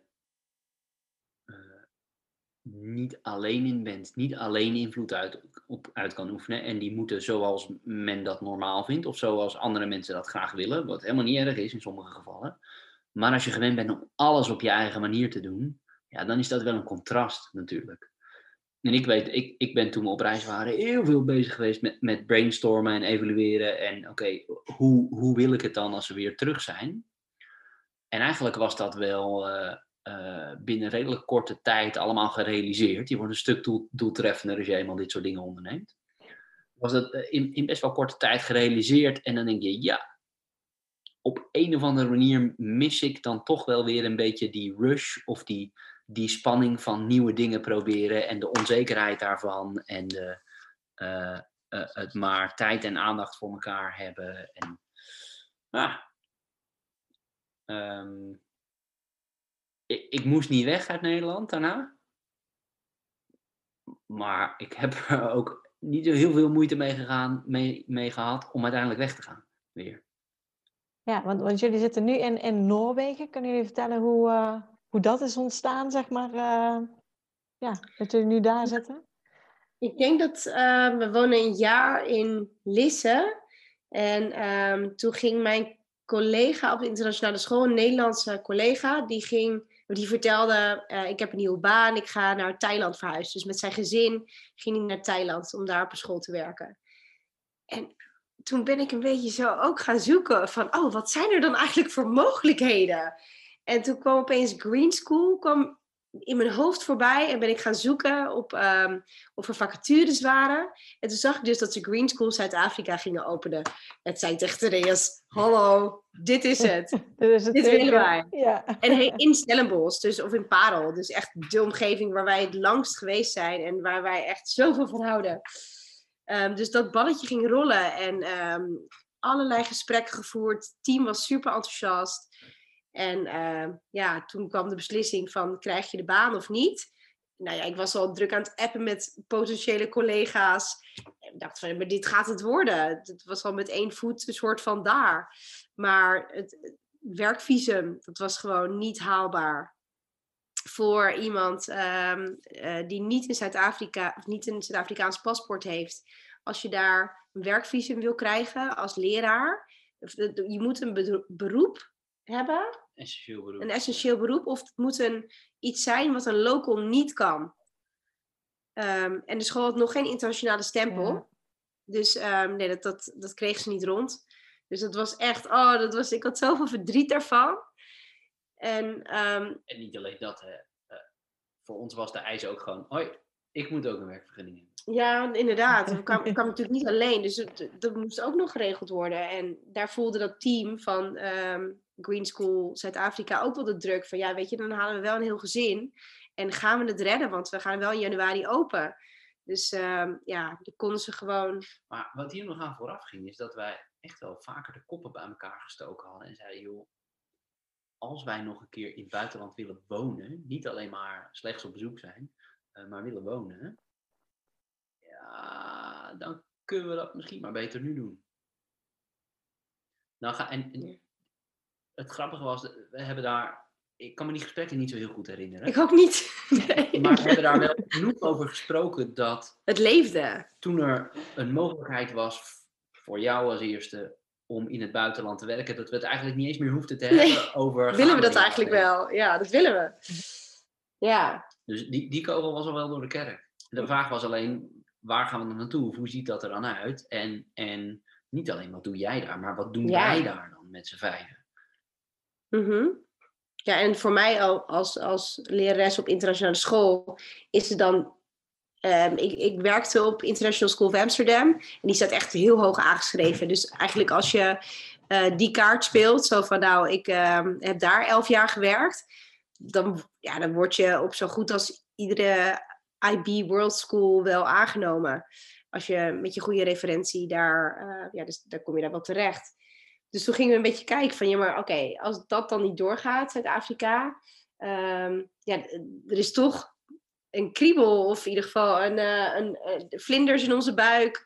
niet alleen in bent, niet alleen invloed uit kan oefenen. En die moeten zoals men dat normaal vindt, of zoals andere mensen dat graag willen, wat helemaal niet erg is in sommige gevallen. Maar als je gewend bent om alles op je eigen manier te doen, ja, dan is dat wel een contrast natuurlijk. En ik ben toen we op reis waren heel veel bezig geweest met brainstormen en evalueren. En hoe wil ik het dan als we weer terug zijn? En eigenlijk was dat wel binnen redelijk korte tijd allemaal gerealiseerd. Je wordt een stuk doeltreffender als je eenmaal dit soort dingen onderneemt. Was dat in best wel korte tijd gerealiseerd. En dan denk je, ja, op een of andere manier mis ik dan toch wel weer een beetje die rush of die spanning van nieuwe dingen proberen en de onzekerheid daarvan en het maar tijd en aandacht voor elkaar hebben. En, ik moest niet weg uit Nederland daarna. Maar ik heb er ook niet zo heel veel moeite mee gehad om uiteindelijk weg te gaan weer. Ja, want jullie zitten nu in Noorwegen. Kunnen jullie vertellen hoe dat is ontstaan, zeg maar? Dat jullie nu daar zitten? Ik denk dat we wonen een jaar in Lisse. En toen ging mijn collega op de internationale school, een Nederlandse collega, die vertelde, ik heb een nieuwe baan, ik ga naar Thailand verhuizen. Dus met zijn gezin ging hij naar Thailand om daar op een school te werken. En toen ben ik een beetje zo ook gaan zoeken van, wat zijn er dan eigenlijk voor mogelijkheden? En toen kwam opeens Green School in mijn hoofd voorbij en ben ik gaan zoeken op of er vacatures waren. En toen zag ik dus dat ze Green School Zuid-Afrika gingen openen. En zei ik tegen Therese, hallo, dit is het. Dit willen wij. Ja. En in Stellenbosch, dus, of in Parel. Dus echt de omgeving waar wij het langst geweest zijn en waar wij echt zoveel van houden. Dus dat balletje ging rollen en allerlei gesprekken gevoerd. Het team was super enthousiast. En toen kwam de beslissing van, krijg je de baan of niet? Nou ja, ik was al druk aan het appen met potentiële collega's. En ik dacht van, maar dit gaat het worden. Het was al met 1 voet een soort van daar. Maar het werkvisum, dat was gewoon niet haalbaar. Voor iemand die niet in Zuid-Afrika, of niet een Zuid-Afrikaans paspoort heeft. Als je daar een werkvisum wil krijgen als leraar, je moet een beroep hebben. Essentieel beroep. Een essentieel beroep. Of het moet iets zijn wat een local niet kan. En de school had nog geen internationale stempel. Ja. Dus nee, dat kreeg ze niet rond. Dus dat was echt, ik had zoveel verdriet daarvan. En niet alleen dat, hè. Voor ons was de eis ook gewoon, hoi, ik moet ook een werkvergunning hebben. Ja, inderdaad. Ik kwam natuurlijk niet alleen. Dus dat moest ook nog geregeld worden. En daar voelde dat team van Green School Zuid-Afrika ook wel de druk van, ja, weet je, dan halen we wel een heel gezin. En gaan we het redden, want we gaan wel in januari open. Dus dan konden ze gewoon... Maar wat hier nog aan vooraf ging, is dat wij echt wel vaker de koppen bij elkaar gestoken hadden. En zeiden, joh, als wij nog een keer in het buitenland willen wonen, niet alleen maar slechts op bezoek zijn, maar willen wonen, ja, dan kunnen we dat misschien maar beter nu doen. Het grappige was, we hebben daar, ik kan me die gesprekken niet zo heel goed herinneren. Ik ook niet. Nee. Maar we hebben daar wel genoeg over gesproken dat... Het leefde. Toen er een mogelijkheid was voor jou als eerste om in het buitenland te werken, dat we het eigenlijk niet eens meer hoefden te hebben over... Willen we dat eigenlijk wel? Ja, dat willen we. Ja. Dus die kogel was al wel door de kerk. De vraag was alleen, waar gaan we dan naartoe? Hoe ziet dat er dan uit? En niet alleen, wat doe jij daar? Maar wat doen wij daar dan met z'n 5? Mm-hmm. Ja, en voor mij als lerares op internationale school is het dan... Ik werkte op International School of Amsterdam. En die staat echt heel hoog aangeschreven. Dus eigenlijk als je die kaart speelt, zo van nou, ik heb daar 11 jaar gewerkt. Dan word je op zo goed als iedere IB World School wel aangenomen. Als je met je goede referentie dus dan kom je daar wel terecht. Dus toen gingen we een beetje kijken van, ja maar oké, als dat dan niet doorgaat, Zuid-Afrika. Er is toch een kriebel of in ieder geval een vlinders in onze buik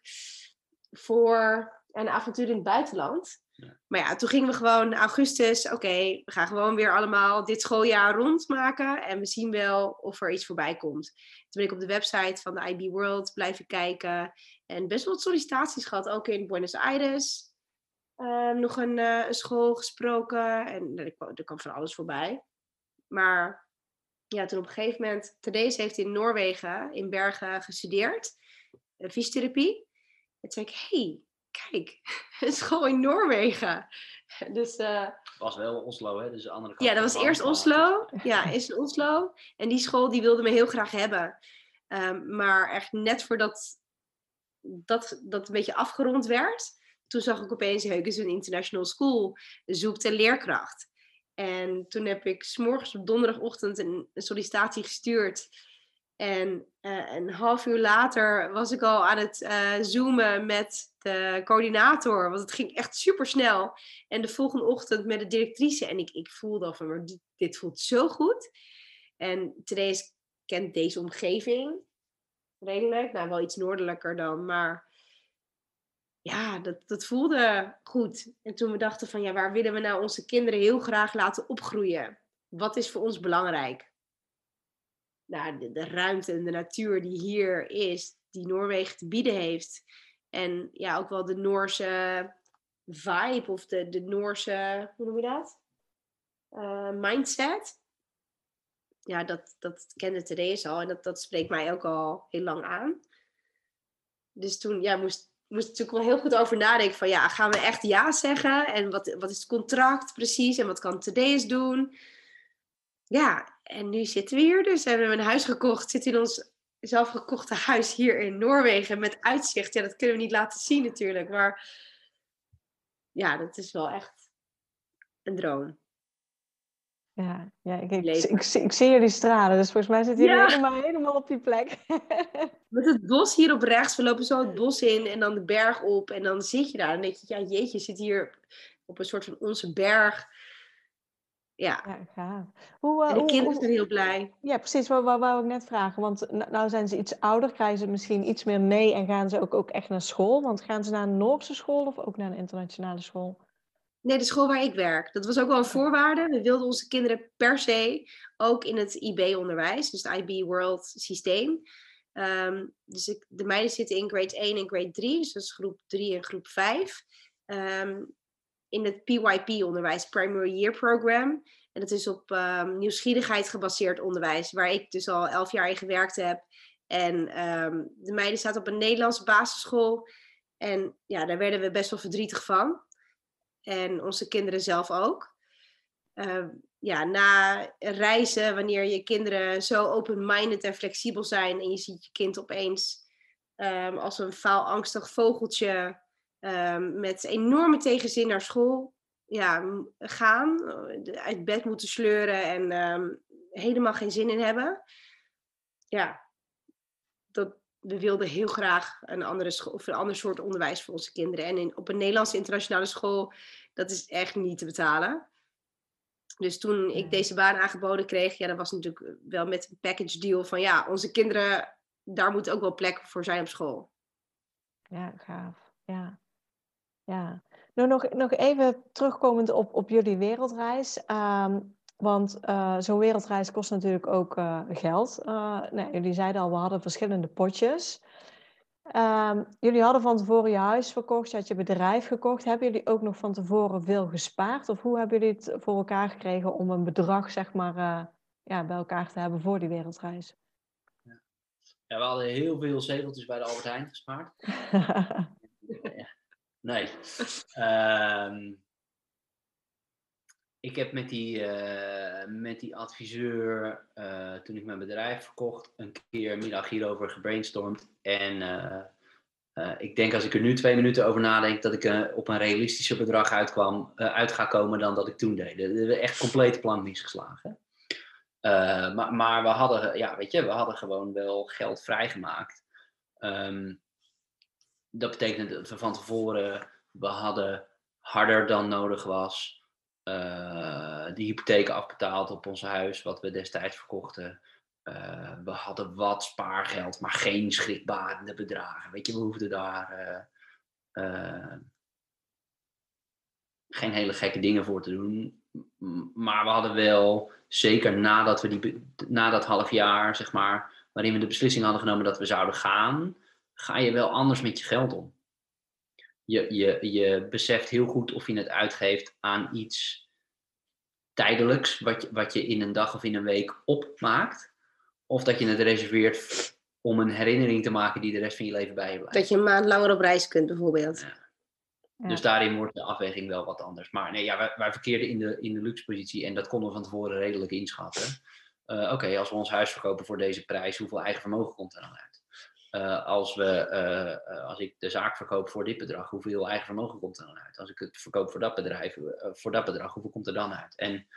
voor een avontuur in het buitenland. Ja. Maar ja, toen gingen we gewoon augustus, we gaan gewoon weer allemaal dit schooljaar rondmaken en we zien wel of er iets voorbij komt. Toen ben ik op de website van de IB World blijven kijken en best wel wat sollicitaties gehad, ook in Buenos Aires. Nog een school gesproken en er kwam van alles voorbij. Maar ja, toen op een gegeven moment... Therese heeft in Noorwegen, in Bergen, gestudeerd. Fysiotherapie. En toen zei ik, kijk, een school in Noorwegen. Dus... was wel Oslo, hè? Dus de andere kant. Ja, dat was eerst Oslo. Ja, is in Oslo. En die school, die wilde me heel graag hebben. Maar echt net voordat dat een beetje afgerond werd... Toen zag ik opeens, is een international school. Zoekt een leerkracht. En toen heb ik 's morgens op donderdagochtend een sollicitatie gestuurd. En een half uur later was ik al aan het zoomen met de coördinator. Want het ging echt super snel. En de volgende ochtend met de directrice. En ik voelde al van, maar dit voelt zo goed. En Therese kent deze omgeving redelijk. Nou, wel iets noordelijker dan, maar... Ja, dat voelde goed. En toen we dachten van, ja, waar willen we nou onze kinderen heel graag laten opgroeien? Wat is voor ons belangrijk? Nou, de ruimte en de natuur die hier is, die Noorwegen te bieden heeft. En ja, ook wel de Noorse vibe of de Noorse, hoe noem je dat? Mindset. Ja, dat kende Therese al en dat spreekt mij ook al heel lang aan. Dus toen moest natuurlijk wel heel goed over nadenken van gaan we echt ja zeggen? En wat is het contract precies? En wat kan Therese doen? Ja, En nu zitten we hier. Dus hebben we een huis gekocht. Zitten in ons zelfgekochte huis hier in Noorwegen. Met uitzicht. Ja, dat kunnen we niet laten zien natuurlijk. Maar ja, dat is wel echt een droom. Ja, Leven. ik zie jullie stralen. Dus volgens mij zitten jullie Ja. helemaal op die plek. Met het bos hier op rechts. We lopen zo het bos in. En dan de berg op. En dan zit je daar. En dan denk je, ja jeetje, je zit hier op een soort van onze berg. Ja. Ja, gaaf. En de kinderen zijn heel blij. Ja, precies. Wat wou ik net vragen. Want nou zijn ze iets ouder. Krijgen ze misschien iets meer mee. En gaan ze ook echt naar school? Want gaan ze naar een Noorse school of ook naar een internationale school? Nee, de school waar ik werk. Dat was ook wel een voorwaarde. We wilden onze kinderen per se ook in het IB-onderwijs. Dus het IB World systeem. Dus de meiden zitten in grade 1 en grade 3. Dus dat is groep 3 en groep 5. In het PYP-onderwijs, Primary Year Program. En dat is op nieuwsgierigheid gebaseerd onderwijs. Waar ik dus al 11 jaar in gewerkt heb. En de meiden zaten op een Nederlandse basisschool. En ja, daar werden we best wel verdrietig van. En onze kinderen zelf ook. Na reizen, wanneer je kinderen zo open-minded en flexibel zijn. En je ziet je kind opeens als een faalangstig vogeltje. Met enorme tegenzin naar school gaan. Uit bed moeten sleuren. En helemaal geen zin in hebben. Ja, we wilden heel graag een ander soort onderwijs voor onze kinderen. En op een Nederlandse internationale school, dat is echt niet te betalen. Dus toen ik deze baan aangeboden kreeg, dat was natuurlijk wel met een package deal van onze kinderen, daar moet ook wel plek voor zijn op school. Ja, gaaf. Ja. Nou, nog even terugkomend op jullie wereldreis. Want zo'n wereldreis kost natuurlijk ook geld. Jullie zeiden al, we hadden verschillende potjes. Jullie hadden van tevoren je huis verkocht, je had je bedrijf gekocht. Hebben jullie ook nog van tevoren veel gespaard? Of hoe hebben jullie het voor elkaar gekregen om een bedrag zeg maar, bij elkaar te hebben voor die wereldreis? Ja, we hadden heel veel zegeltjes bij de Albert Heijn gespaard. Nee. Ik heb met die adviseur, toen ik mijn bedrijf verkocht, een keer een middag hierover gebrainstormd. En ik denk als ik er nu 2 minuten over nadenk, dat ik op een realistischer bedrag uit ga komen dan dat ik toen deed. We hebben echt complete plank misgeslagen. Maar we hadden gewoon wel geld vrijgemaakt. Dat betekent dat we van tevoren, we hadden harder dan nodig was, de hypotheek afbetaald op ons huis, wat we destijds verkochten. We hadden wat spaargeld, maar geen schrikbarende bedragen. Weet je, we hoefden daar geen hele gekke dingen voor te doen. Maar we hadden wel, zeker na dat half jaar, zeg maar, waarin we de beslissing hadden genomen dat we zouden gaan, ga je wel anders met je geld om. Je beseft heel goed of je het uitgeeft aan iets tijdelijks, wat je in een dag of in een week opmaakt. Of dat je het reserveert om een herinnering te maken die de rest van je leven bij je blijft. Dat je een maand langer op reis kunt bijvoorbeeld. Ja. Ja. Dus daarin wordt de afweging wel wat anders. Maar nee, wij verkeerden in de luxe positie en dat konden we van tevoren redelijk inschatten. Oké, als we ons huis verkopen voor deze prijs, hoeveel eigen vermogen komt er dan uit? Als ik de zaak verkoop voor dit bedrag, hoeveel eigen vermogen komt er dan uit? Als ik het verkoop voor dat bedrijf, voor dat bedrag, hoeveel komt er dan uit? En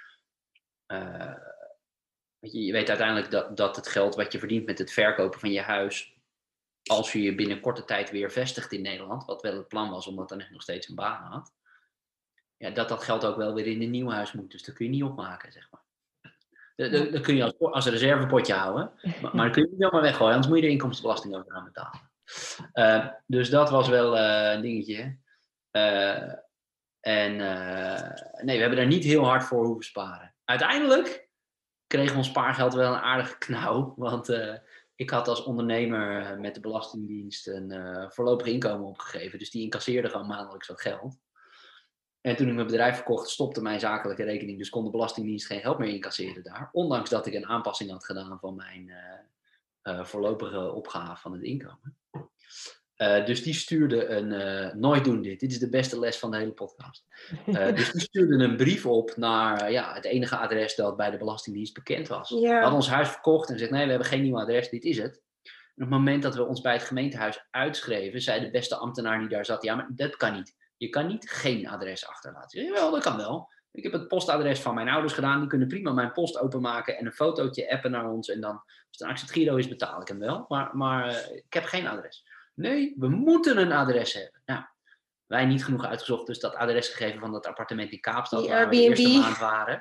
je weet uiteindelijk dat het geld wat je verdient met het verkopen van je huis, als je je binnen korte tijd weer vestigt in Nederland, wat wel het plan was, omdat dan echt nog steeds een baan had, dat geld ook wel weer in een nieuw huis moet. Dus dat kun je niet opmaken, zeg maar. Dat kun je als reservepotje houden, maar dan kun je niet zomaar weggooien, anders moet je er inkomstenbelasting over gaan betalen. Dus dat was wel een dingetje. Nee, we hebben daar niet heel hard voor hoeven sparen. Uiteindelijk kregen we ons spaargeld wel een aardige knauw, want ik had als ondernemer met de Belastingdienst een voorlopig inkomen opgegeven, dus die incasseerde gewoon maandelijks wat geld. En toen ik mijn bedrijf verkocht, stopte mijn zakelijke rekening. Dus kon de Belastingdienst geen geld meer incasseren daar. Ondanks dat ik een aanpassing had gedaan van mijn voorlopige opgave van het inkomen. Dus die stuurde nooit doen dit. Dit is de beste les van de hele podcast. Dus die stuurde een brief op naar het enige adres dat bij de Belastingdienst bekend was. Ja. We hadden ons huis verkocht en zegt nee, we hebben geen nieuw adres, dit is het. En op het moment dat we ons bij het gemeentehuis uitschreven, zei de beste ambtenaar die daar zat, ja, maar dat kan niet. Je kan niet geen adres achterlaten. Jawel, dat kan wel. Ik heb het postadres van mijn ouders gedaan. Die kunnen prima mijn post openmaken en een fotootje appen naar ons. En dan, als het straks het Giro is, betaal ik hem wel. Maar ik heb geen adres. Nee, we moeten een adres hebben. Nou, wij niet genoeg uitgezocht. Dus dat adres gegeven van dat appartement in Kaapstad. Die waar we de Airbnb. eerste maand waren.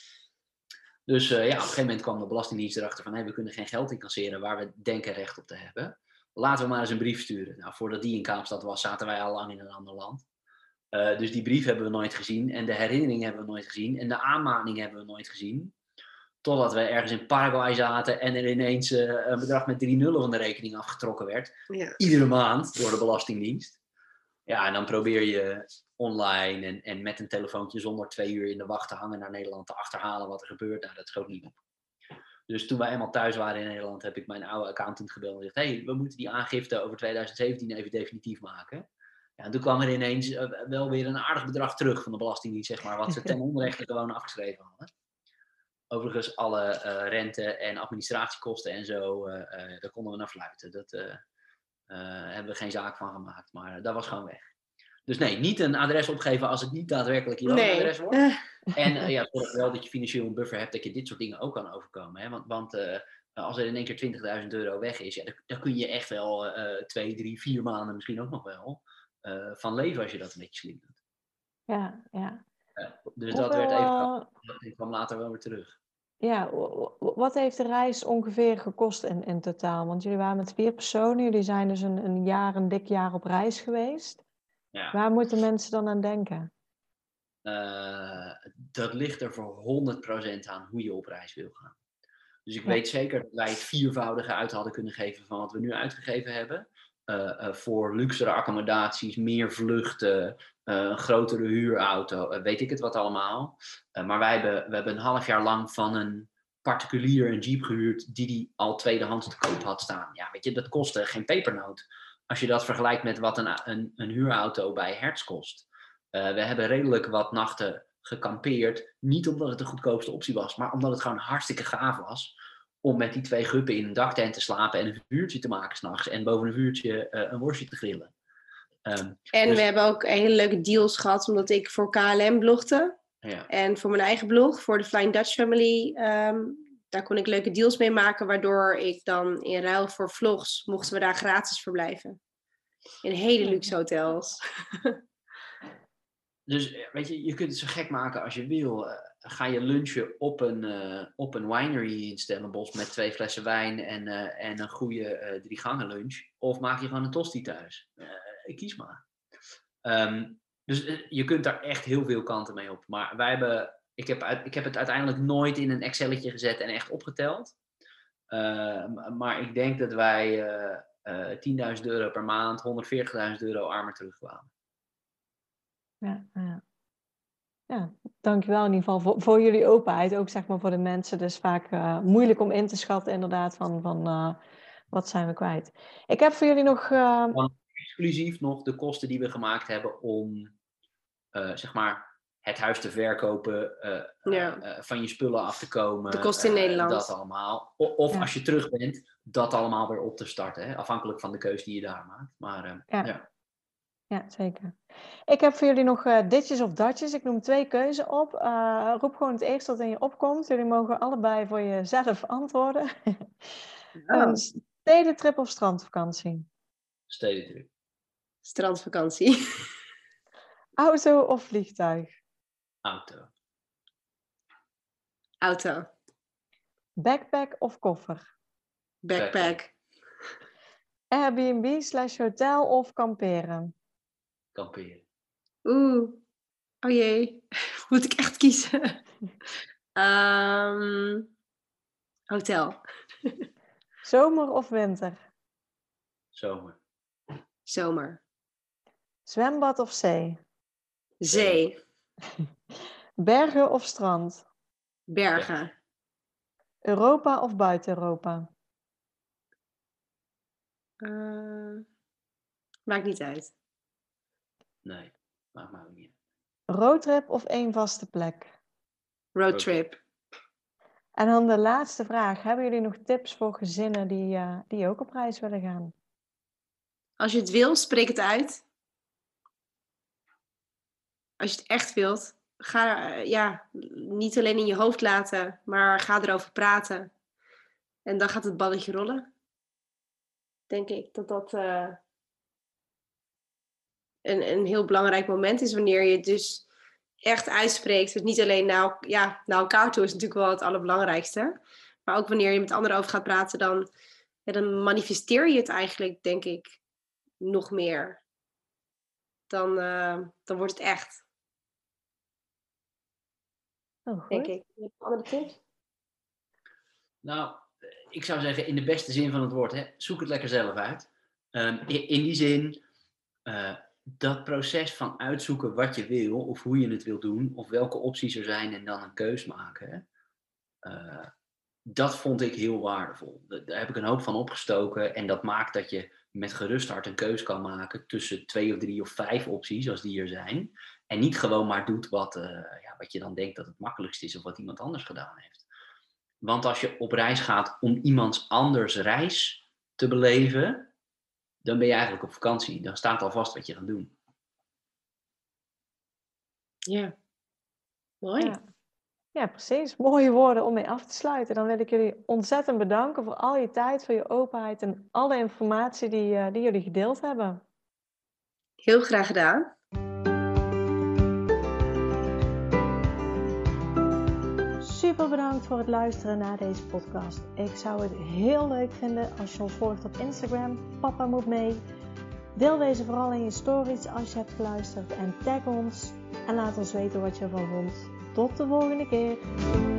Dus op een gegeven moment kwam de Belastingdienst erachter van... we kunnen geen geld incasseren waar we denken recht op te hebben. Laten we maar eens een brief sturen. Nou, voordat die in Kaapstad was, zaten wij al lang in een ander land. Dus die brief hebben we nooit gezien. En de herinnering hebben we nooit gezien. En de aanmaning hebben we nooit gezien. Totdat we ergens in Paraguay zaten en er ineens een bedrag met 3 nullen van de rekening afgetrokken werd. Ja. Iedere maand door de Belastingdienst. Ja, en dan probeer je online en met een telefoontje zonder 2 uur in de wacht te hangen naar Nederland te achterhalen wat er gebeurt. Nou, dat schoot niet op. Dus toen wij eenmaal thuis waren in Nederland, heb ik mijn oude accountant gebeld en gezegd, we moeten die aangifte over 2017 even definitief maken. Ja, en toen kwam er ineens wel weer een aardig bedrag terug van de Belastingdienst, zeg maar, wat ze ten onrechte gewoon afgeschreven hadden. Overigens, alle rente en administratiekosten en zo, daar konden we naar fluiten. Dat hebben we geen zaak van gemaakt, maar dat was gewoon weg. Dus nee, niet een adres opgeven als het niet daadwerkelijk je woonadres wordt. En zorg wel dat je financieel een buffer hebt dat je dit soort dingen ook kan overkomen. Hè? Want als er in één keer €20.000 weg is, dan kun je echt wel 2, 3, 4 maanden misschien ook nog wel van leven als je dat een beetje slim doet. Ja. Dus dat werd even, ik kwam later wel weer terug. Ja, wat heeft de reis ongeveer gekost in totaal? Want jullie waren met 4 personen, jullie zijn dus een dik jaar op reis geweest. Ja. Waar moeten mensen dan aan denken? Dat ligt er voor 100% aan hoe je op reis wil gaan. Dus ik weet zeker dat wij het 4voudige uit hadden kunnen geven van wat we nu uitgegeven hebben. Voor luxere accommodaties, meer vluchten, een grotere huurauto, weet ik het wat allemaal. Maar we hebben een half jaar lang van een particulier een jeep gehuurd die al tweedehands te koop had staan. Ja, weet je, dat kostte geen pepernoot. Als je dat vergelijkt met wat een huurauto bij Hertz kost. We hebben redelijk wat nachten gekampeerd. Niet omdat het de goedkoopste optie was, maar omdat het gewoon hartstikke gaaf was. Om met die 2 guppen in een daktent te slapen en een vuurtje te maken 's nachts. En boven een vuurtje een worstje te grillen. En we hebben ook hele leuke deals gehad, omdat ik voor KLM blogde. Ja. En voor mijn eigen blog, voor de Flying Dutch Family, daar kon ik leuke deals mee maken. Waardoor ik dan in ruil voor vlogs, mochten we daar gratis verblijven. In hele luxe hotels. Dus weet je kunt het zo gek maken als je wil. Ga je lunchen op een winery in Stellenbosch met 2 flessen wijn en een goede 3 gangen lunch. Of maak je gewoon een tosti thuis. Kies maar. Dus je kunt daar echt heel veel kanten mee op. Maar ik heb het uiteindelijk nooit in een Excelletje gezet en echt opgeteld. Maar ik denk dat wij €10.000 per maand, €140.000 armer terugkwamen. Ja, dankjewel in ieder geval voor jullie openheid. Ook zeg maar voor de mensen. Dus vaak moeilijk om in te schatten inderdaad van wat zijn we kwijt. Ik heb voor jullie nog... Exclusief nog de kosten die we gemaakt hebben om zeg maar het huis te verkopen, van je spullen af te komen. De kosten in Nederland. Dat allemaal. Of als je terug bent, dat allemaal weer op te starten. Hè? Afhankelijk van de keuze die je daar maakt. Maar Ja, zeker. Ik heb voor jullie nog ditjes of datjes. Ik noem 2 keuzen op. Roep gewoon het eerste wat in je opkomt. Jullie mogen allebei voor jezelf antwoorden. Een stedentrip of strandvakantie? Stedentrip. Strandvakantie. Auto of vliegtuig? Auto. Backpack of koffer? Backpack. Airbnb/hotel of kamperen? Kamperen. Oh jee. Moet ik echt kiezen? Hotel. Zomer of winter? Zomer. Zwembad of zee? Zee. Bergen of strand? Bergen. Europa of buiten Europa? Maakt niet uit. Nee, maakt me ook niet uit. Roadtrip of één vaste plek? Roadtrip. En dan de laatste vraag. Hebben jullie nog tips voor gezinnen die ook op reis willen gaan? Als je het wil, spreek het uit. Als je het echt wilt, ga niet alleen in je hoofd laten, maar ga erover praten. En dan gaat het balletje rollen. Denk ik dat een heel belangrijk moment is wanneer je het dus echt uitspreekt. Dus niet alleen naar elkaar toe is natuurlijk wel het allerbelangrijkste. Maar ook wanneer je met anderen over gaat praten, dan manifesteer je het eigenlijk, denk ik, nog meer. Dan wordt het echt. Oh, goed. Denk ik. Andere tips? Nou, ik zou zeggen in de beste zin van het woord, hè, zoek het lekker zelf uit. In die zin, dat proces van uitzoeken wat je wil, of hoe je het wil doen, of welke opties er zijn en dan een keus maken, dat vond ik heel waardevol. Daar heb ik een hoop van opgestoken en dat maakt dat je met gerust hart een keus kan maken tussen 2 of 3 of 5 opties, als die er zijn. En niet gewoon maar doet wat je dan denkt dat het makkelijkst is of wat iemand anders gedaan heeft. Want als je op reis gaat om iemands anders reis te beleven, dan ben je eigenlijk op vakantie. Dan staat al vast wat je gaat doen. Ja. Mooi. Ja, precies. Mooie woorden om mee af te sluiten. Dan wil ik jullie ontzettend bedanken voor al je tijd, voor je openheid en alle informatie die jullie gedeeld hebben. Heel graag gedaan. Super bedankt voor het luisteren naar deze podcast. Ik zou het heel leuk vinden als je ons volgt op Instagram. Papa moet mee. Deel deze vooral in je stories als je hebt geluisterd en tag ons. En laat ons weten wat je ervan vond. Tot de volgende keer.